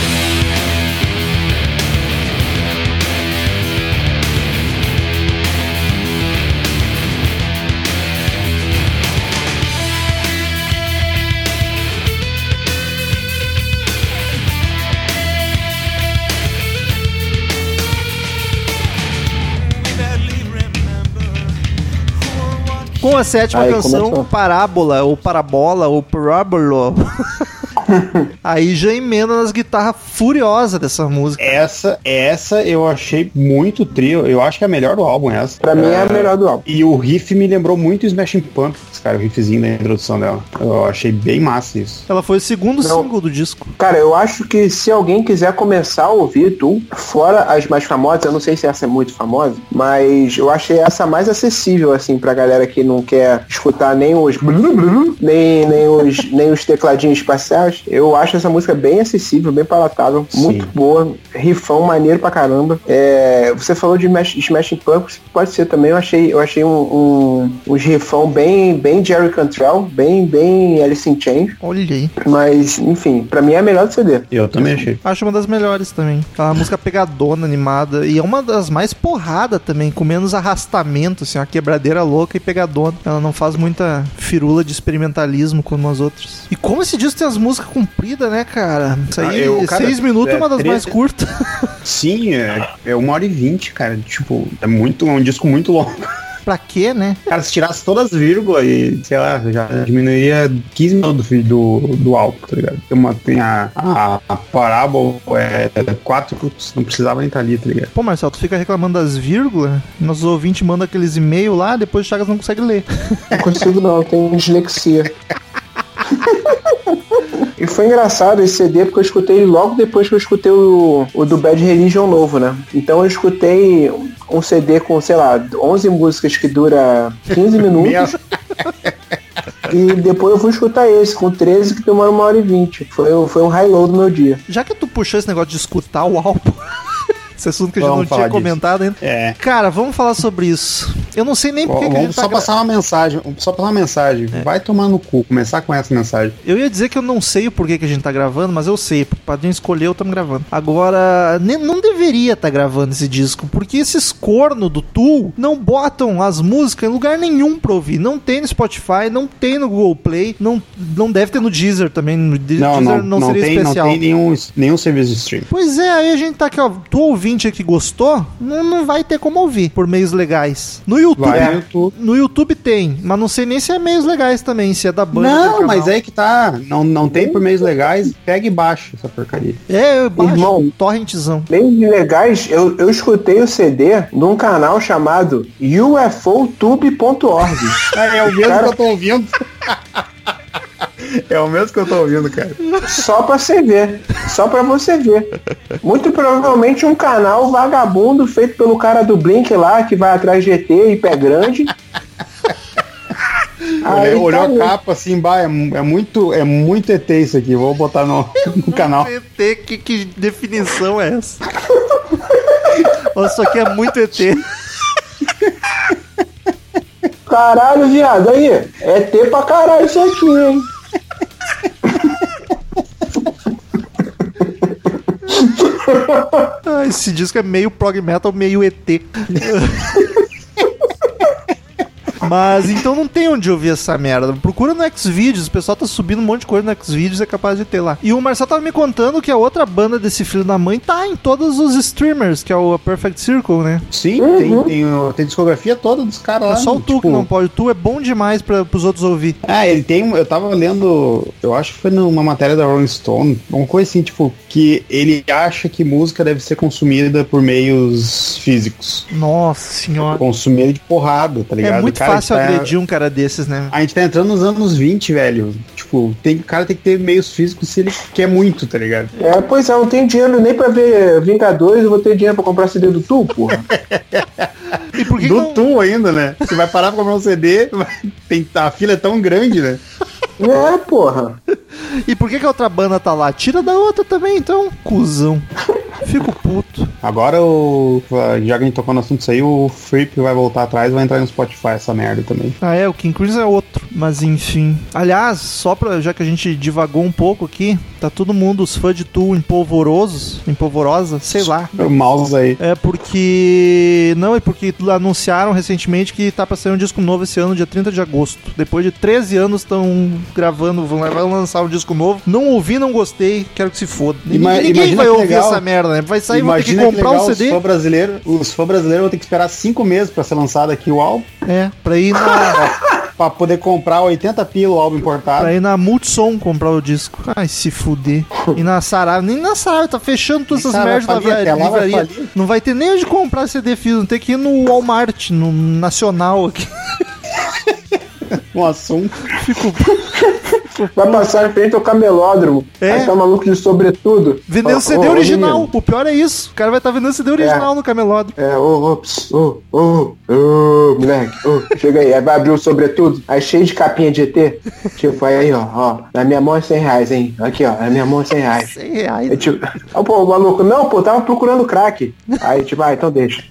Com a sétima Aí canção, começou. Parábola, ou Parabola, ou Parábolo. Aí já emenda nas guitarras furiosas dessa música. Essa, essa eu achei muito trio. Eu acho que é a melhor do álbum, essa. Pra mim é a melhor do álbum. E o riff me lembrou muito Smashing Pumpkins, cara, o riffzinho da introdução dela. Eu achei bem massa isso. Ela foi o segundo Não. single do disco. Cara, eu acho que se alguém quiser começar a ouvir tu, fora as mais famosas, eu não sei se essa é muito famosa, mas eu achei essa mais acessível, assim, pra galera que não quer escutar nem os blu, blu, nem, nem, os, nem os tecladinhos espaciais. Eu acho essa música bem acessível, bem palatável, Sim. muito boa, rifão maneiro pra caramba. É, você falou de Smash- Smashing Pumpkins, pode ser também, eu achei, eu achei um, um, uns rifão bem, bem Jerry Cantrell, bem, bem Alice in Chains, Olha aí. mas, enfim, pra mim é a melhor do C D. Eu também achei. Acho uma das melhores também. É uma música pegadona, animada. E é uma das mais porrada também, com menos arrastamento, assim, uma quebradeira louca e pegadona. Ela não faz muita firula de experimentalismo como as outras. E como esse disco tem as músicas compridas, né, cara? Isso aí, Ah, eu, cara, seis minutos é é uma das treze mais curtas. Sim, é, é uma hora e vinte, cara. Tipo, é muito, é um disco muito longo. Pra quê, né? Cara, se tirasse todas as vírgulas e, sei lá, já diminuiria quinze minutos do, do, do álbum, tá ligado? Tem, uma, tem a, a, a Parábola, é quatro minutos, não precisava nem estar ali, tá ligado? Pô, Marcelo, tu fica reclamando das vírgulas, nossos ouvintes mandam aqueles e-mails lá, depois o Chagas não consegue ler. Não consigo não, eu tenho dislexia. E foi engraçado esse C D porque eu escutei ele logo depois que eu escutei o, o do Bad Religion novo, né? Então eu escutei um C D com, sei lá, onze músicas que dura quinze minutos. E depois eu fui escutar esse, com treze que demora uma hora e vinte. Foi, foi um high-low do meu dia. Já que tu puxou esse negócio de escutar o álbum, esse assunto que a gente Vamos não tinha falar disso. comentado ainda. É. Cara, vamos falar sobre isso. Eu não sei nem porque que a Vamos gente tá só gra- passar uma mensagem, só passar uma mensagem. Vai tomar no cu, começar com essa mensagem. Eu ia dizer que eu não sei o porquê que a gente tá gravando, mas eu sei. O padrinho escolheu, estamos gravando. Agora, ne- não deveria estar gravando esse disco, porque esses corno do Tool não botam as músicas em lugar nenhum pra ouvir. Não tem no Spotify, não tem no Google Play, não, não deve ter no Deezer também. No Deezer Não, não, não, não, seria tem, não especial. tem nenhum, nenhum serviço de stream. Pois é, aí a gente tá aqui, ó. Tu ouvinte aí que gostou, não, não vai ter como ouvir por meios legais. No YouTube. Vai no YouTube. No YouTube tem, mas não sei nem se é meios legais também, se é da banda. do Não, canal. mas é que tá. Não, não tem por meios legais, pega e baixa essa porcaria. É, eu baixo, Irmão. torrentzão. Bem legais, eu, eu escutei o C D num canal chamado U F O tube ponto org. É, é o mesmo Cara- que eu tô ouvindo. É o mesmo que eu tô ouvindo, cara. Só pra você ver. Só pra você ver. Muito provavelmente um canal vagabundo feito pelo cara do Blink lá, que vai atrás de E T e pé grande. Aí Olhou, olhou tá a aí. capa assim, bah, é, mu- é muito, é muito E T isso aqui. Vou botar no, no canal. E T, que, que definição é essa? Ó, isso aqui é muito E T. Caralho, viado, aí. É T pra caralho isso aqui, hein? Ah, esse disco é meio prog metal, meio E T. Mas então não tem onde ouvir essa merda. Procura no Xvideos, o pessoal tá subindo um monte de coisa no Xvideos, é capaz de ter lá. E o Marcelo tava me contando que a outra banda desse filho da mãe tá em todos os streamers, que é o Perfect Circle, né? Sim, Uhum. tem, tem, o- tem discografia toda dos caras lá. É só o Tu tipo, que não pode. O Tu é bom demais pra, pros outros ouvir. Ah, ele tem. Eu tava lendo. Eu acho que foi numa matéria da Rolling Stone. Uma coisa assim, tipo, que ele acha que música deve ser consumida por meios físicos. Nossa senhora. Consumida de porrada, tá ligado? É muito Cara, fácil tá- agredir um cara desses, né? A gente tá entrando nos anos vinte, velho. Tipo, tem, o cara tem que ter meios físicos se ele quer muito, tá ligado? É, pois é, eu não tenho dinheiro nem pra ver Vingadores, eu vou ter dinheiro pra comprar C D do Tu, porra. E por que, que Do não... Tu ainda, né? Você vai parar pra comprar um C D, vai- tem, a fila é tão grande, né? É, porra. E por que, que a outra banda tá lá? Tira da outra também, então. Cusão. Fico puto. Agora, o, já que a gente tocou no assunto isso aí, o Freep vai voltar atrás e vai entrar no Spotify, essa merda também. Ah, é, o King Crimson é outro. Mas enfim. Aliás, só pra. Já que a gente divagou um pouco aqui, tá todo mundo, os fãs de Tu, empolvorosos, empolvorosa, sei lá. O mouse aí. É porque. Não, é porque anunciaram recentemente que tá pra sair um disco novo esse ano, dia trinta de agosto. Depois de treze anos estão gravando, vão vão lançar um disco novo. Não ouvi, não gostei, quero que se foda. Ima- Ninguém imagina vai que ouvir legal. essa merda, né? Vai sair, vou ter que Imagina comprar legal, um C D. Os fãs brasileiros, os fãs brasileiros vão ter que esperar cinco meses pra ser lançado aqui o álbum, É, pra ir na. pra poder comprar oitenta pila o álbum importado. Pra ir na Multissom comprar o disco. Ai, se fuder. E na Saraiva, nem na Saraiva, tá fechando todas essas Saraiva merdas da falir, até lá vai livraria. falir. Não vai ter nem onde comprar C D físico, tem que ir no Walmart, no Nacional aqui. Um assunto. Fico Vai passar em frente ao camelódromo. É. Aí tá maluco de sobretudo. vendendo Ó, C D ó, original. menino. O pior é isso. O cara vai estar tá vendendo C D original É. no camelódromo. É, ô, ops, ô, ô, ô, moleque, ô, chega aí, aí vai abrir o sobretudo, aí cheio de capinha de E T, tipo, aí, ó, ó, na minha mão é cem reais, hein, aqui, ó, na minha mão é cem reais. cem reais. Aí, tipo, ó, pô, o maluco, não, pô, tava procurando crack. Aí, tipo, ah, então deixa.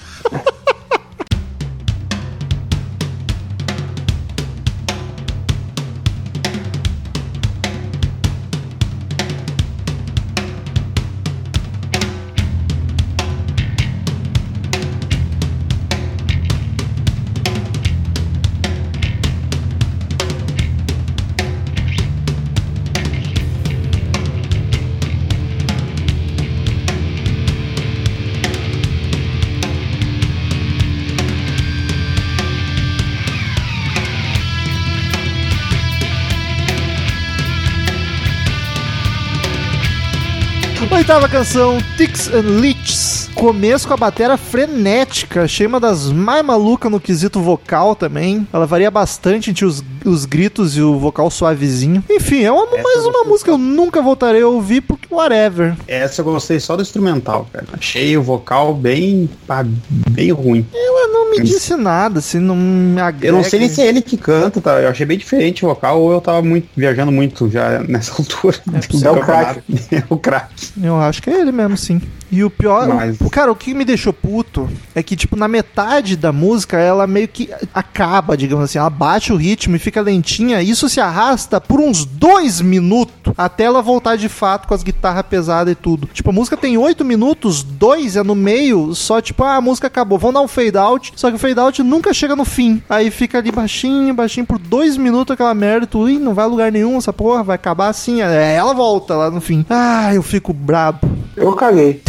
Oitava canção, Ticks and Leeches. Começo com a batera frenética. Achei uma das mais malucas no quesito vocal também. Ela varia bastante entre os, os gritos e o vocal suavezinho. Enfim, é uma, mais uma música que eu nunca voltarei a ouvir, porque whatever. Essa eu gostei só do instrumental, cara. Achei o vocal bem, pá, bem ruim. Ela não me disse nada, assim, não me agrega. Eu não sei nem se é ele que canta, tá? Eu achei bem diferente o vocal, ou eu tava muito viajando muito já nessa altura. do É o campeonato. É o craque. Eu acho que é ele mesmo, sim. E o pior, Mas- o, cara, o que me deixou puto é que, tipo, na metade da música, ela meio que acaba, digamos assim, ela baixa o ritmo e fica lentinha, e isso se arrasta por uns dois minutos, até ela voltar de fato com as guitarras pesadas e tudo. Tipo, a música tem oito minutos, dois é no meio, só tipo, ah, a música acabou, vamos dar um fade out, só que o fade out nunca chega no fim. Aí fica ali baixinho, baixinho, por dois minutos aquela merda e tudo, ih, não vai a lugar nenhum, essa porra, vai acabar assim, é, ela volta lá no fim. Ah, eu fico brabo. Eu caguei.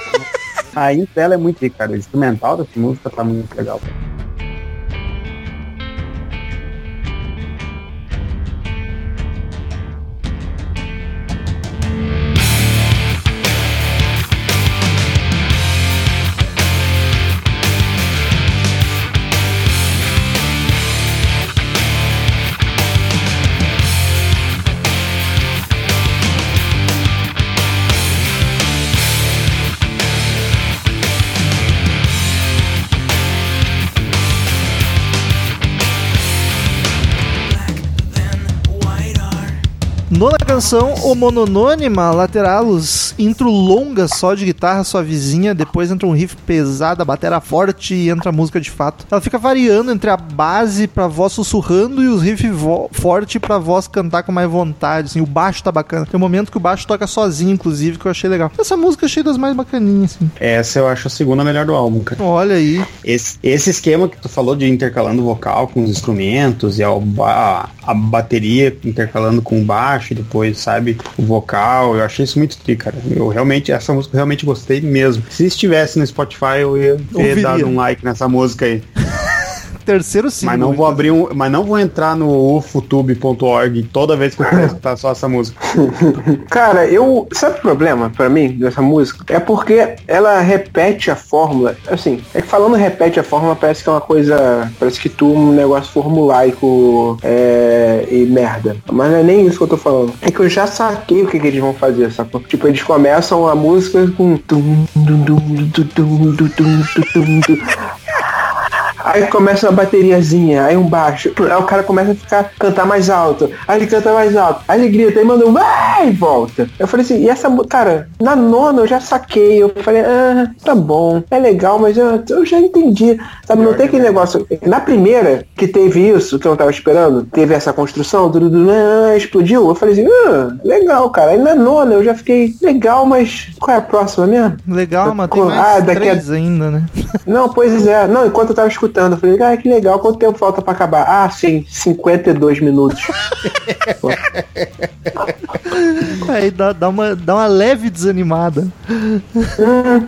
A intro dela é muito rica, cara. O instrumental dessa música tá muito legal. Nona canção, Homononônima Lateralus intro longa só de guitarra suavezinha, depois entra um riff pesado, a bateria forte e entra a música de fato. Ela fica variando entre a base pra voz sussurrando e os riffs vo- forte pra voz cantar com mais vontade, assim. O baixo tá bacana. Tem um momento que o baixo toca sozinho, inclusive, que eu achei legal. Essa música eu achei das mais bacaninhas, assim. Essa eu acho a segunda melhor do álbum, cara. Olha aí. Esse, esse esquema que tu falou de intercalando o vocal com os instrumentos e a, a, a bateria intercalando com o baixo e depois, sabe, o vocal, eu achei isso muito tri, cara. Eu realmente, essa música eu realmente gostei mesmo. Se estivesse no Spotify, eu ia ter dado um like nessa música aí. Terceiro single. Mas não vou abrir um, mas não vou entrar no ufotube ponto org toda vez que eu quero escutar só essa música. Cara, eu... Sabe o problema pra mim dessa música? É porque ela repete a fórmula. Assim, é que falando repete a fórmula parece que é uma coisa... Parece que tu um negócio formulaico é, e merda. Mas não é nem isso que eu tô falando. É que eu já saquei o que, que eles vão fazer, sacou? Tipo, eles começam a música com... tum, dum, dum, dum, dum, dum, dum, dum, dum. Aí começa uma bateriazinha, aí um baixo, aí o cara começa a ficar, cantar mais alto, aí ele canta mais alto, aí ele grita, aí manda um vai e volta. Eu falei assim, e essa, cara, na nona eu já saquei, eu falei, ah, tá bom, é legal, mas eu, eu já entendi, sabe, não tem aquele negócio, na primeira que teve isso, que eu não tava esperando, teve essa construção, tudo, tudo, ah, explodiu, eu falei assim, ah, legal, cara, aí na nona eu já fiquei, legal, mas qual é a próxima mesmo? Legal, mas tem mais ah, daqui três a... ainda, né? Não, pois é, não, enquanto eu tava escutando, eu falei, ah, que legal, quanto tempo falta pra acabar? Ah, sim, cinquenta e dois minutos. Aí dá, dá, uma, dá uma leve desanimada. Hum.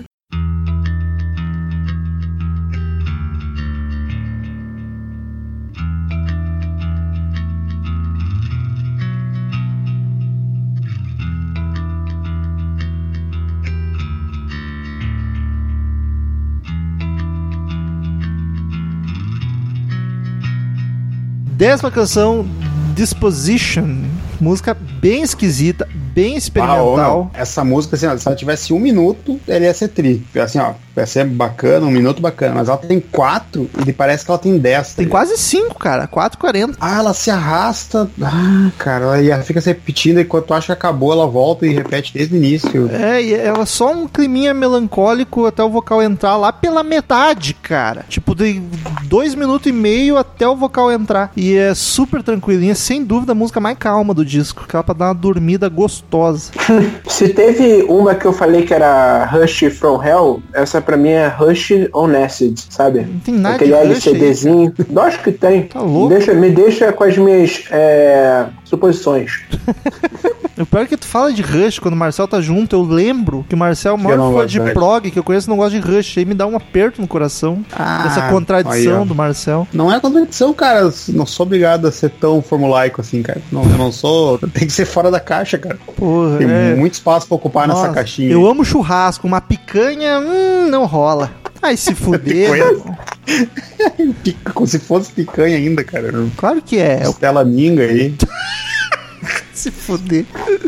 Décima canção, Disposition. Música bem esquisita, bem experimental. Ah, ô, essa música, assim, ó, se ela tivesse um minuto, ele ia ser tri. Assim, ó, ia ser bacana, um minuto bacana. Mas ela tem quatro e parece que ela tem dez. Tem quase cinco, cara. quatro e quarenta. Ah, ela se arrasta. Ah, cara, ela fica se repetindo e quando tu acha que acabou, ela volta e repete desde o início. É, e ela só um climinha melancólico até o vocal entrar lá pela metade, cara. Tipo, de dois minutos e meio até o vocal entrar. E é super tranquilinha, sem dúvida a música mais calma do disco. Aquela pra dar uma dormida gostosa. Se teve uma que eu falei que era Rush from Hell, essa pra mim é Rush on Acid, sabe? Não tem nada aquele de LCDzinho. Acho que tem. Tá louco? Deixa, me deixa com as minhas é, suposições. O pior é que tu fala de Rush, quando o Marcel tá junto, eu lembro que o Marcel é o maior fã de prog que eu conheço, não gosta de Rush. Aí me dá um aperto no coração. Ah, essa contradição aí, do Marcel. Não é contradição, cara. Não sou obrigado a ser tão formulaico assim, cara. Não, eu não sou... Tem que ser fora da caixa, cara. Porra, tem é... muito espaço pra ocupar Nossa, nessa caixinha. Eu amo churrasco, uma picanha, hum, não rola. Ai, se fuder. Como se fosse picanha ainda, cara. Claro que é. Costela minga aí. Se fuder.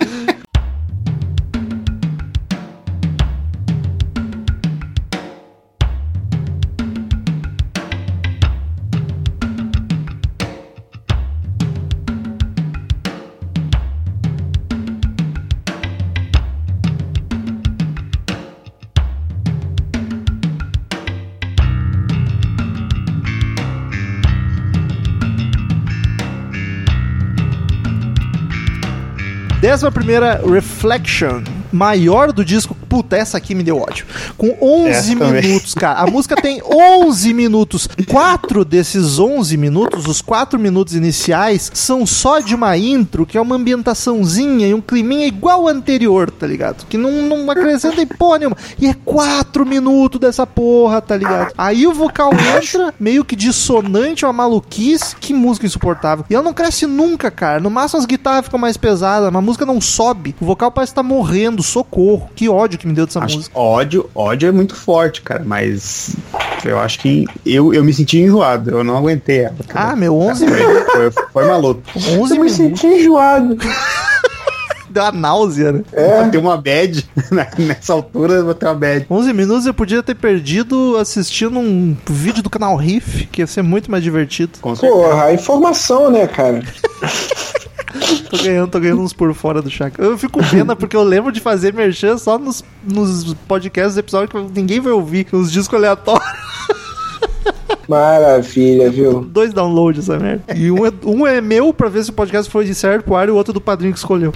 Décima primeira, Reflection. Maior do disco. Puta, essa aqui me deu ódio. Com onze minutos, cara. A música tem onze minutos. Quatro desses onze minutos, os quatro minutos iniciais, são só de uma intro, que é uma ambientaçãozinha e um climinha igual ao anterior, tá ligado? Que não, não acrescenta em porra nenhuma. E é quatro minutos dessa porra, tá ligado? Aí o vocal entra, meio que dissonante, uma maluquice. Que música insuportável. E ela não cresce nunca, cara. No máximo as guitarras ficam mais pesadas, mas a música não sobe. O vocal parece estar morrendo. Socorro. Que ódio que me deu dessa acho música. Ódio, ódio é muito forte, cara, mas eu acho que eu, eu me senti enjoado, eu não aguentei ela. Cara. Ah, meu, onze minutos. Foi, foi, foi maluco. onze eu me senti enjoado. Deu uma náusea, né? É. Vou ter uma bad. Nessa altura eu vou ter uma bad. onze minutos eu podia ter perdido assistindo um vídeo do canal Riff, que ia ser muito mais divertido. Porra, a informação, né, cara? Tô ganhando, tô ganhando uns por fora do Chaka. Eu fico pena porque eu lembro de fazer merchan só nos, nos podcasts, episódios que ninguém vai ouvir, uns discos aleatórios. Maravilha, viu? Dois downloads essa merda. E um é, um é meu pra ver se o podcast foi de certo pro ar e o outro do padrinho que escolheu.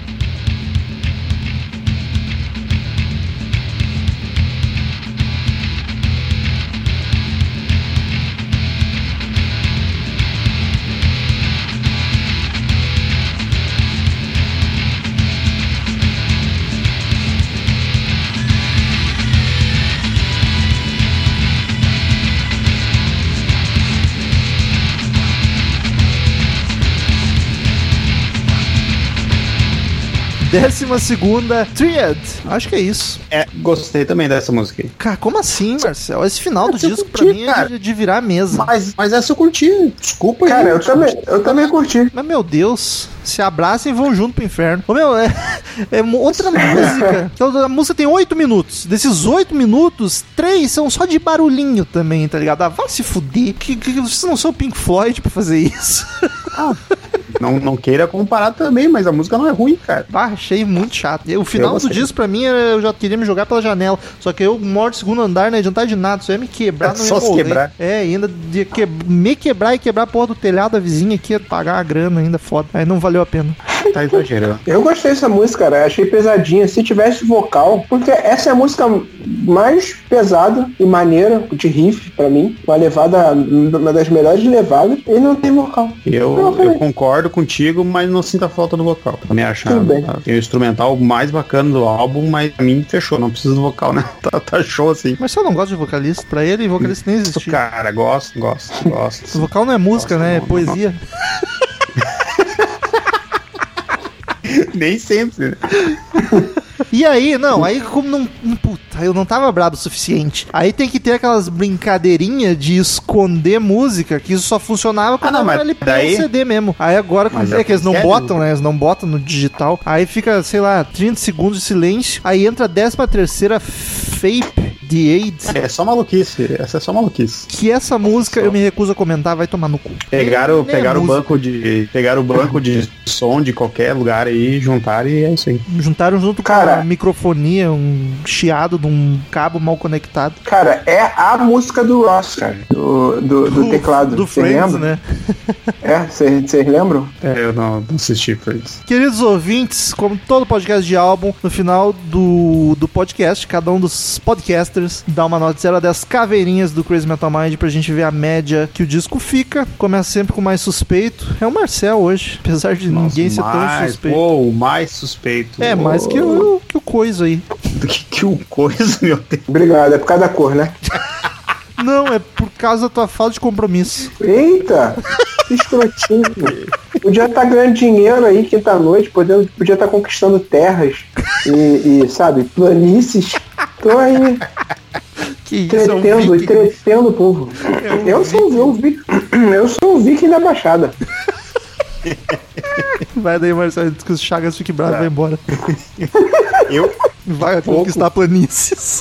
Décima segunda, Triad. Acho que é isso. É, gostei também dessa música aí. Cara, como assim, Marcel? Esse final do Essa eu disco curti, pra mim é cara. de, de virar a mesa. Mas, mas essa eu curti. Desculpa aí. Cara, eu também, eu também curti. Mas, meu Deus, se abraçam e vão junto pro inferno. Ô, meu, é, é outra música. Então, a música tem oito minutos. Desses oito minutos, três são só de barulhinho também, tá ligado? Ah, vai se fuder. Que, que, vocês não são Pink Floyd pra fazer isso. Ah, não, não queira comparar também, mas a música não é ruim, cara. Ah, achei muito chato. O final Eu do disco, pra mim, era- eu já queria me jogar pela janela. Só que eu moro no segundo andar, não ia adiantar de nada. Só ia me quebrar, É não só ia se morrer. quebrar. É, e ainda de que, me quebrar e quebrar a porra do telhado da vizinha aqui, ia pagar a grana ainda, foda. Aí não valeu a pena. Tá exagerando. Eu gostei dessa música, cara. Achei pesadinha. Se tivesse vocal, porque essa é a música mais pesada e maneira de riff pra mim. Uma levada, uma das melhores levadas. E não tem vocal. Eu, Não, eu peraí. concordo contigo, mas não sinto a falta do vocal. Também acho Tudo bem. tem o instrumental mais bacana do álbum, mas pra mim fechou. Não precisa do vocal, né? Tá, tá show assim. Mas se eu não gosto de vocalista, pra ele, vocalista nem existe. Cara, gosto, gosto, gosto. Vocal não é música, Gosto, né? É não, poesia. Nem sempre. Né? E aí, não, aí como não. Puta, eu não tava brabo o suficiente. Aí tem que ter aquelas brincadeirinhas de esconder música, que isso só funcionava quando Ah, não, era mas L P daí- ou C D mesmo. Aí agora, Mas é que eles não é botam, música. né? Eles não botam no digital. Aí fica, sei lá, trinta segundos de silêncio. Aí entra a décima terceira Fape de AIDS. É só maluquice. Essa é só maluquice. Que essa música eu me recuso a comentar, vai tomar no cu. Pegaram, Nem é pegaram o música. banco de. Pegaram o banco de som de qualquer lugar aí, juntaram e é isso aí. Juntaram junto Cara. com a microfonia, um chiado de um cabo mal conectado. Cara, é a música do Ross, cara. Do, do, do teclado. Do Cê Friends, lembra? né? É, vocês lembram? É, eu não, não assisti pra isso. Queridos ouvintes, como todo podcast de álbum, no final do, do podcast, cada um dos podcasters dá uma nota de zero a dez caveirinhas do Crazy Metal Mind pra gente ver a média que o disco fica. Começa sempre com o mais suspeito. É o Marcel hoje, apesar de ninguém ser tão mais, suspeito. pô, o mais suspeito. É, mais que o, que o coisa aí. Que, que o coisa, meu Deus. Obrigado, é por causa da cor, né? Não, é por causa da tua falta de compromisso. Eita! Que escrotinho. Podia estar ganhando dinheiro aí quinta-noite, podendo- podia estar conquistando terras e, e, sabe, planícies. Tô aí Que isso, é um entretendo, viking. entretendo o povo. Eu sou um viking. Eu sou um viking da Baixada. Vai daí, Marcelo, antes que os Chagas fiquem bravos e vai embora. Eu, Vai Pouco. conquistar planícies.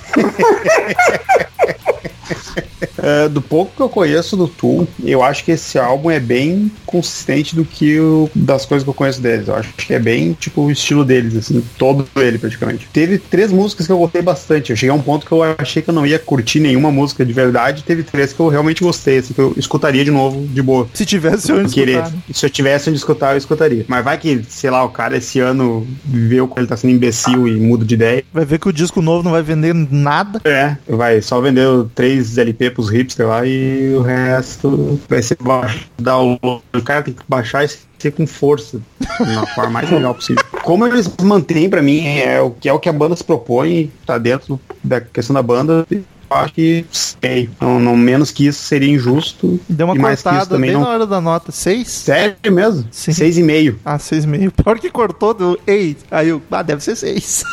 é, do pouco que eu conheço do Tool, eu acho que esse álbum é bem consistente do que o, das coisas que eu conheço deles. Eu acho que é bem, tipo, o estilo deles, assim, todo ele praticamente. Teve três músicas que eu gostei bastante. Eu cheguei a um ponto que eu achei que eu não ia curtir nenhuma música de verdade. Teve três que eu realmente gostei, assim, que eu escutaria de novo, de boa. Se tivesse onde Querer. escutar, né? Se eu tivesse onde escutar, eu escutaria. Mas vai que, sei lá, o cara esse ano viu que ele tá sendo imbecil e muda de ideia. Vai ver que o disco novo não vai vender nada. É, vai só vender três L P pros hipster lá e o resto vai ser baixo. Download. O cara tem que baixar e ser com força, na forma mais legal possível. Como eles mantêm pra mim, é o que é o que a banda se propõe, tá dentro da questão da banda. Eu acho que sei, não, não menos que isso seria injusto. Deu uma e mais que isso cortada também bem não. na hora da nota. Seis? Sério mesmo? Sim. Seis e meio. Ah, seis e meio. Pior que cortou, deu eight. Aí eu, ah, deve ser seis.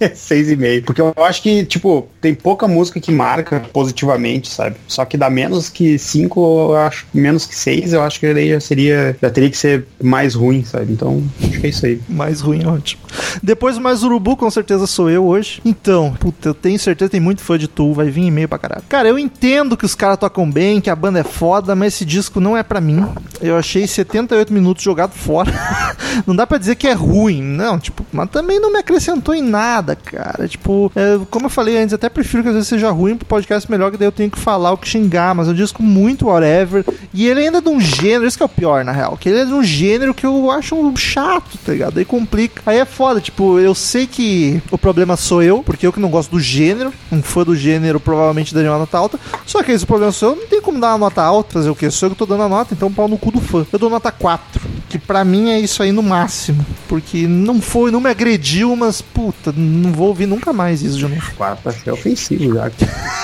seis e meio. Porque eu acho que, tipo, tem pouca música que marca positivamente, sabe? Só que dá menos que cinco, eu acho, menos que seis, eu acho que daí já seria, já teria que ser mais ruim, sabe? Então, acho que é isso aí. Mais ruim, ótimo. Depois o mais urubu, com certeza sou eu hoje. Então, puta, eu tenho certeza, tem muito fã de Tu, vai vir e-mail pra caralho. Cara, eu entendo que os caras tocam bem, que a banda é foda, mas esse disco não é pra mim. Eu achei setenta e oito minutos jogado fora. Não dá pra dizer que é ruim, não, tipo, mas também não me acrescentou em nada, cara. Tipo, é, como eu falei antes, até prefiro que às vezes seja ruim pro podcast melhor, que daí eu tenho que falar o que xingar, mas é um disco muito whatever. E ele ainda é de um gênero, isso que é o pior, na real, que ele é de um gênero que eu acho um chato, tá ligado? Aí complica. Aí é foda, tipo, eu sei que o problema sou eu, porque eu que não gosto do gênero, um fã do gênero provavelmente daria uma nota alta, só que esse problema sou eu, não tem como dar uma nota alta, fazer o quê? Sou eu que tô dando a nota, então pau no cu do fã. Eu dou nota quatro, que pra mim é isso aí no máximo, porque não foi, não me agrediu, mas puta, não vou ouvir nunca mais isso de novo. quatro é ofensivo já.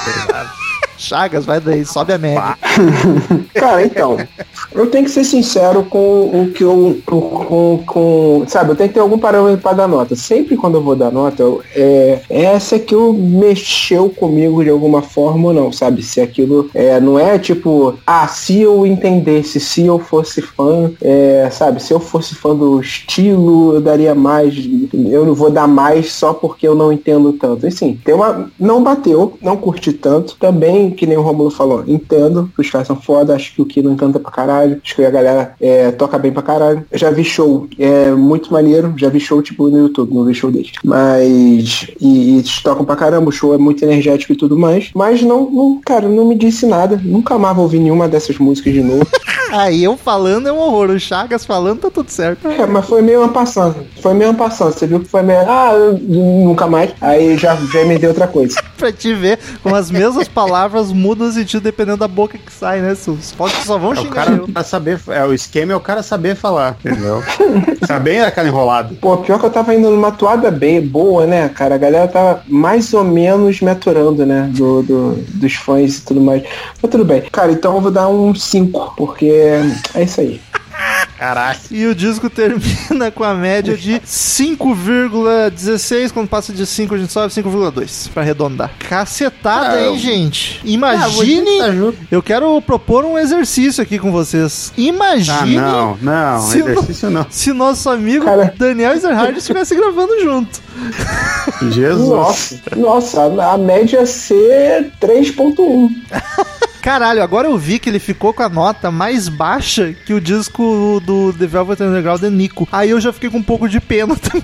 Chagas, vai daí, sobe a média. Cara, então, eu tenho que ser sincero com o que eu... Com, com, sabe, eu tenho que ter algum parâmetro pra dar nota. Sempre quando eu vou dar nota, eu, é, essa que eu mexeu comigo de alguma forma ou não, sabe? Se aquilo é, não é tipo, ah, se eu entendesse, se eu fosse fã, é, sabe? Se eu fosse fã do estilo, eu daria mais, eu não vou dar mais só porque eu não entendo tanto. E sim, tem uma, não bateu, não curti tanto. Também, que nem o Romulo falou, entendo que os caras são foda, acho que o Kino canta pra caralho, acho que a galera é, toca bem pra caralho. Eu já vi show, é muito maneiro, já vi show tipo no YouTube, não vi show deles. Mas, e, e eles tocam pra caramba, o show é muito energético e tudo mais, mas não, não, cara, não me disse nada, nunca mais vou ouvir nenhuma dessas músicas de novo. Aí eu falando é um horror, o Chagas falando tá tudo certo. É, mas foi meio uma passando, foi meio uma passando, você viu que foi meio, ah, nunca mais, aí já, já me deu outra coisa. Pra te ver, com as mesmas palavras mudam o sentido dependendo da boca que sai, né? Os podcasts só vão é xingar o cara eu. pra saber, é, o esquema é o cara saber falar, entendeu? Saber é aquela enrolada. Pô, pior que eu tava indo numa toada bem boa, né, cara? A galera tava mais ou menos me aturando, né? Do, do, dos fãs e tudo mais. Mas tudo bem. Cara, então eu vou dar um cinco, porque é isso aí. Caraca. E o disco termina com a média de cinco vírgula dezesseis, quando passa de cinco a gente sobe cinco vírgula dois, pra arredondar. Cacetada, ah, hein, eu... gente? Imagine... Ah, eu quero propor um exercício aqui com vocês. Imagine... Ah, não, não, se exercício no... não. Se nosso amigo Cara... Daniel Ezerhard estivesse gravando junto. Jesus. Nossa, nossa, a média ia ser três ponto um. Caralho, agora eu vi que ele ficou com a nota mais baixa que o disco do The Velvet Underground de Nico. Aí eu já fiquei com um pouco de pena também.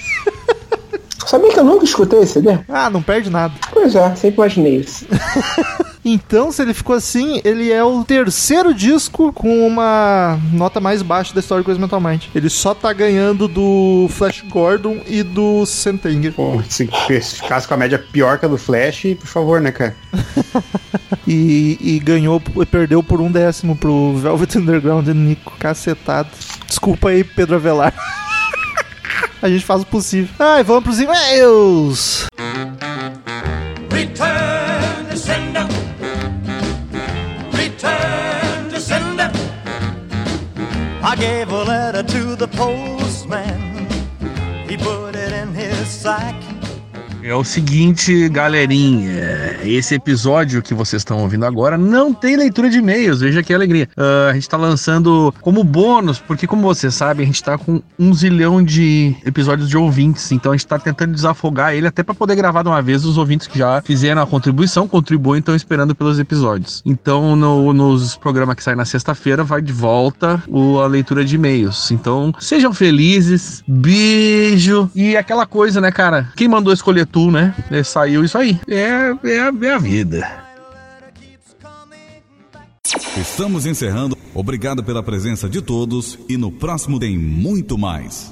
Sabia que eu nunca escutei esse C D? Ah, não perde nada. Pois é, sempre imaginei isso. Então, se ele ficou assim, ele é o terceiro disco com uma nota mais baixa da história do Crazy Metal Mind. Ele só tá ganhando do Flash Gordon e do Sentenger. Pô, se ficasse com a média pior que a do Flash, por favor, né, cara? e, e ganhou, perdeu por um décimo pro Velvet Underground e Nico. Cacetado. Desculpa aí, Pedro Avelar. A gente faz o possível. Ai, vamos pros e-mails. Return to sender. Return to sender. I gave a letter to the postman. He put it in his sack. É o seguinte, galerinha, esse episódio que vocês estão ouvindo agora não tem leitura de e-mails, veja que alegria. Uh, a gente tá lançando como bônus, porque como vocês sabem, a gente tá com um zilhão de episódios de ouvintes, então a gente tá tentando desafogar ele até pra poder gravar de uma vez os ouvintes que já fizeram a contribuição, contribuem e estão esperando pelos episódios. Então no, nos programas que saem na sexta-feira vai de volta o, a leitura de e-mails. Então sejam felizes, beijo e aquela coisa, né, cara? Quem mandou escolher tu, né? É, saiu isso aí. É, é, a, é a vida. Estamos encerrando. Obrigado pela presença de todos e no próximo tem muito mais.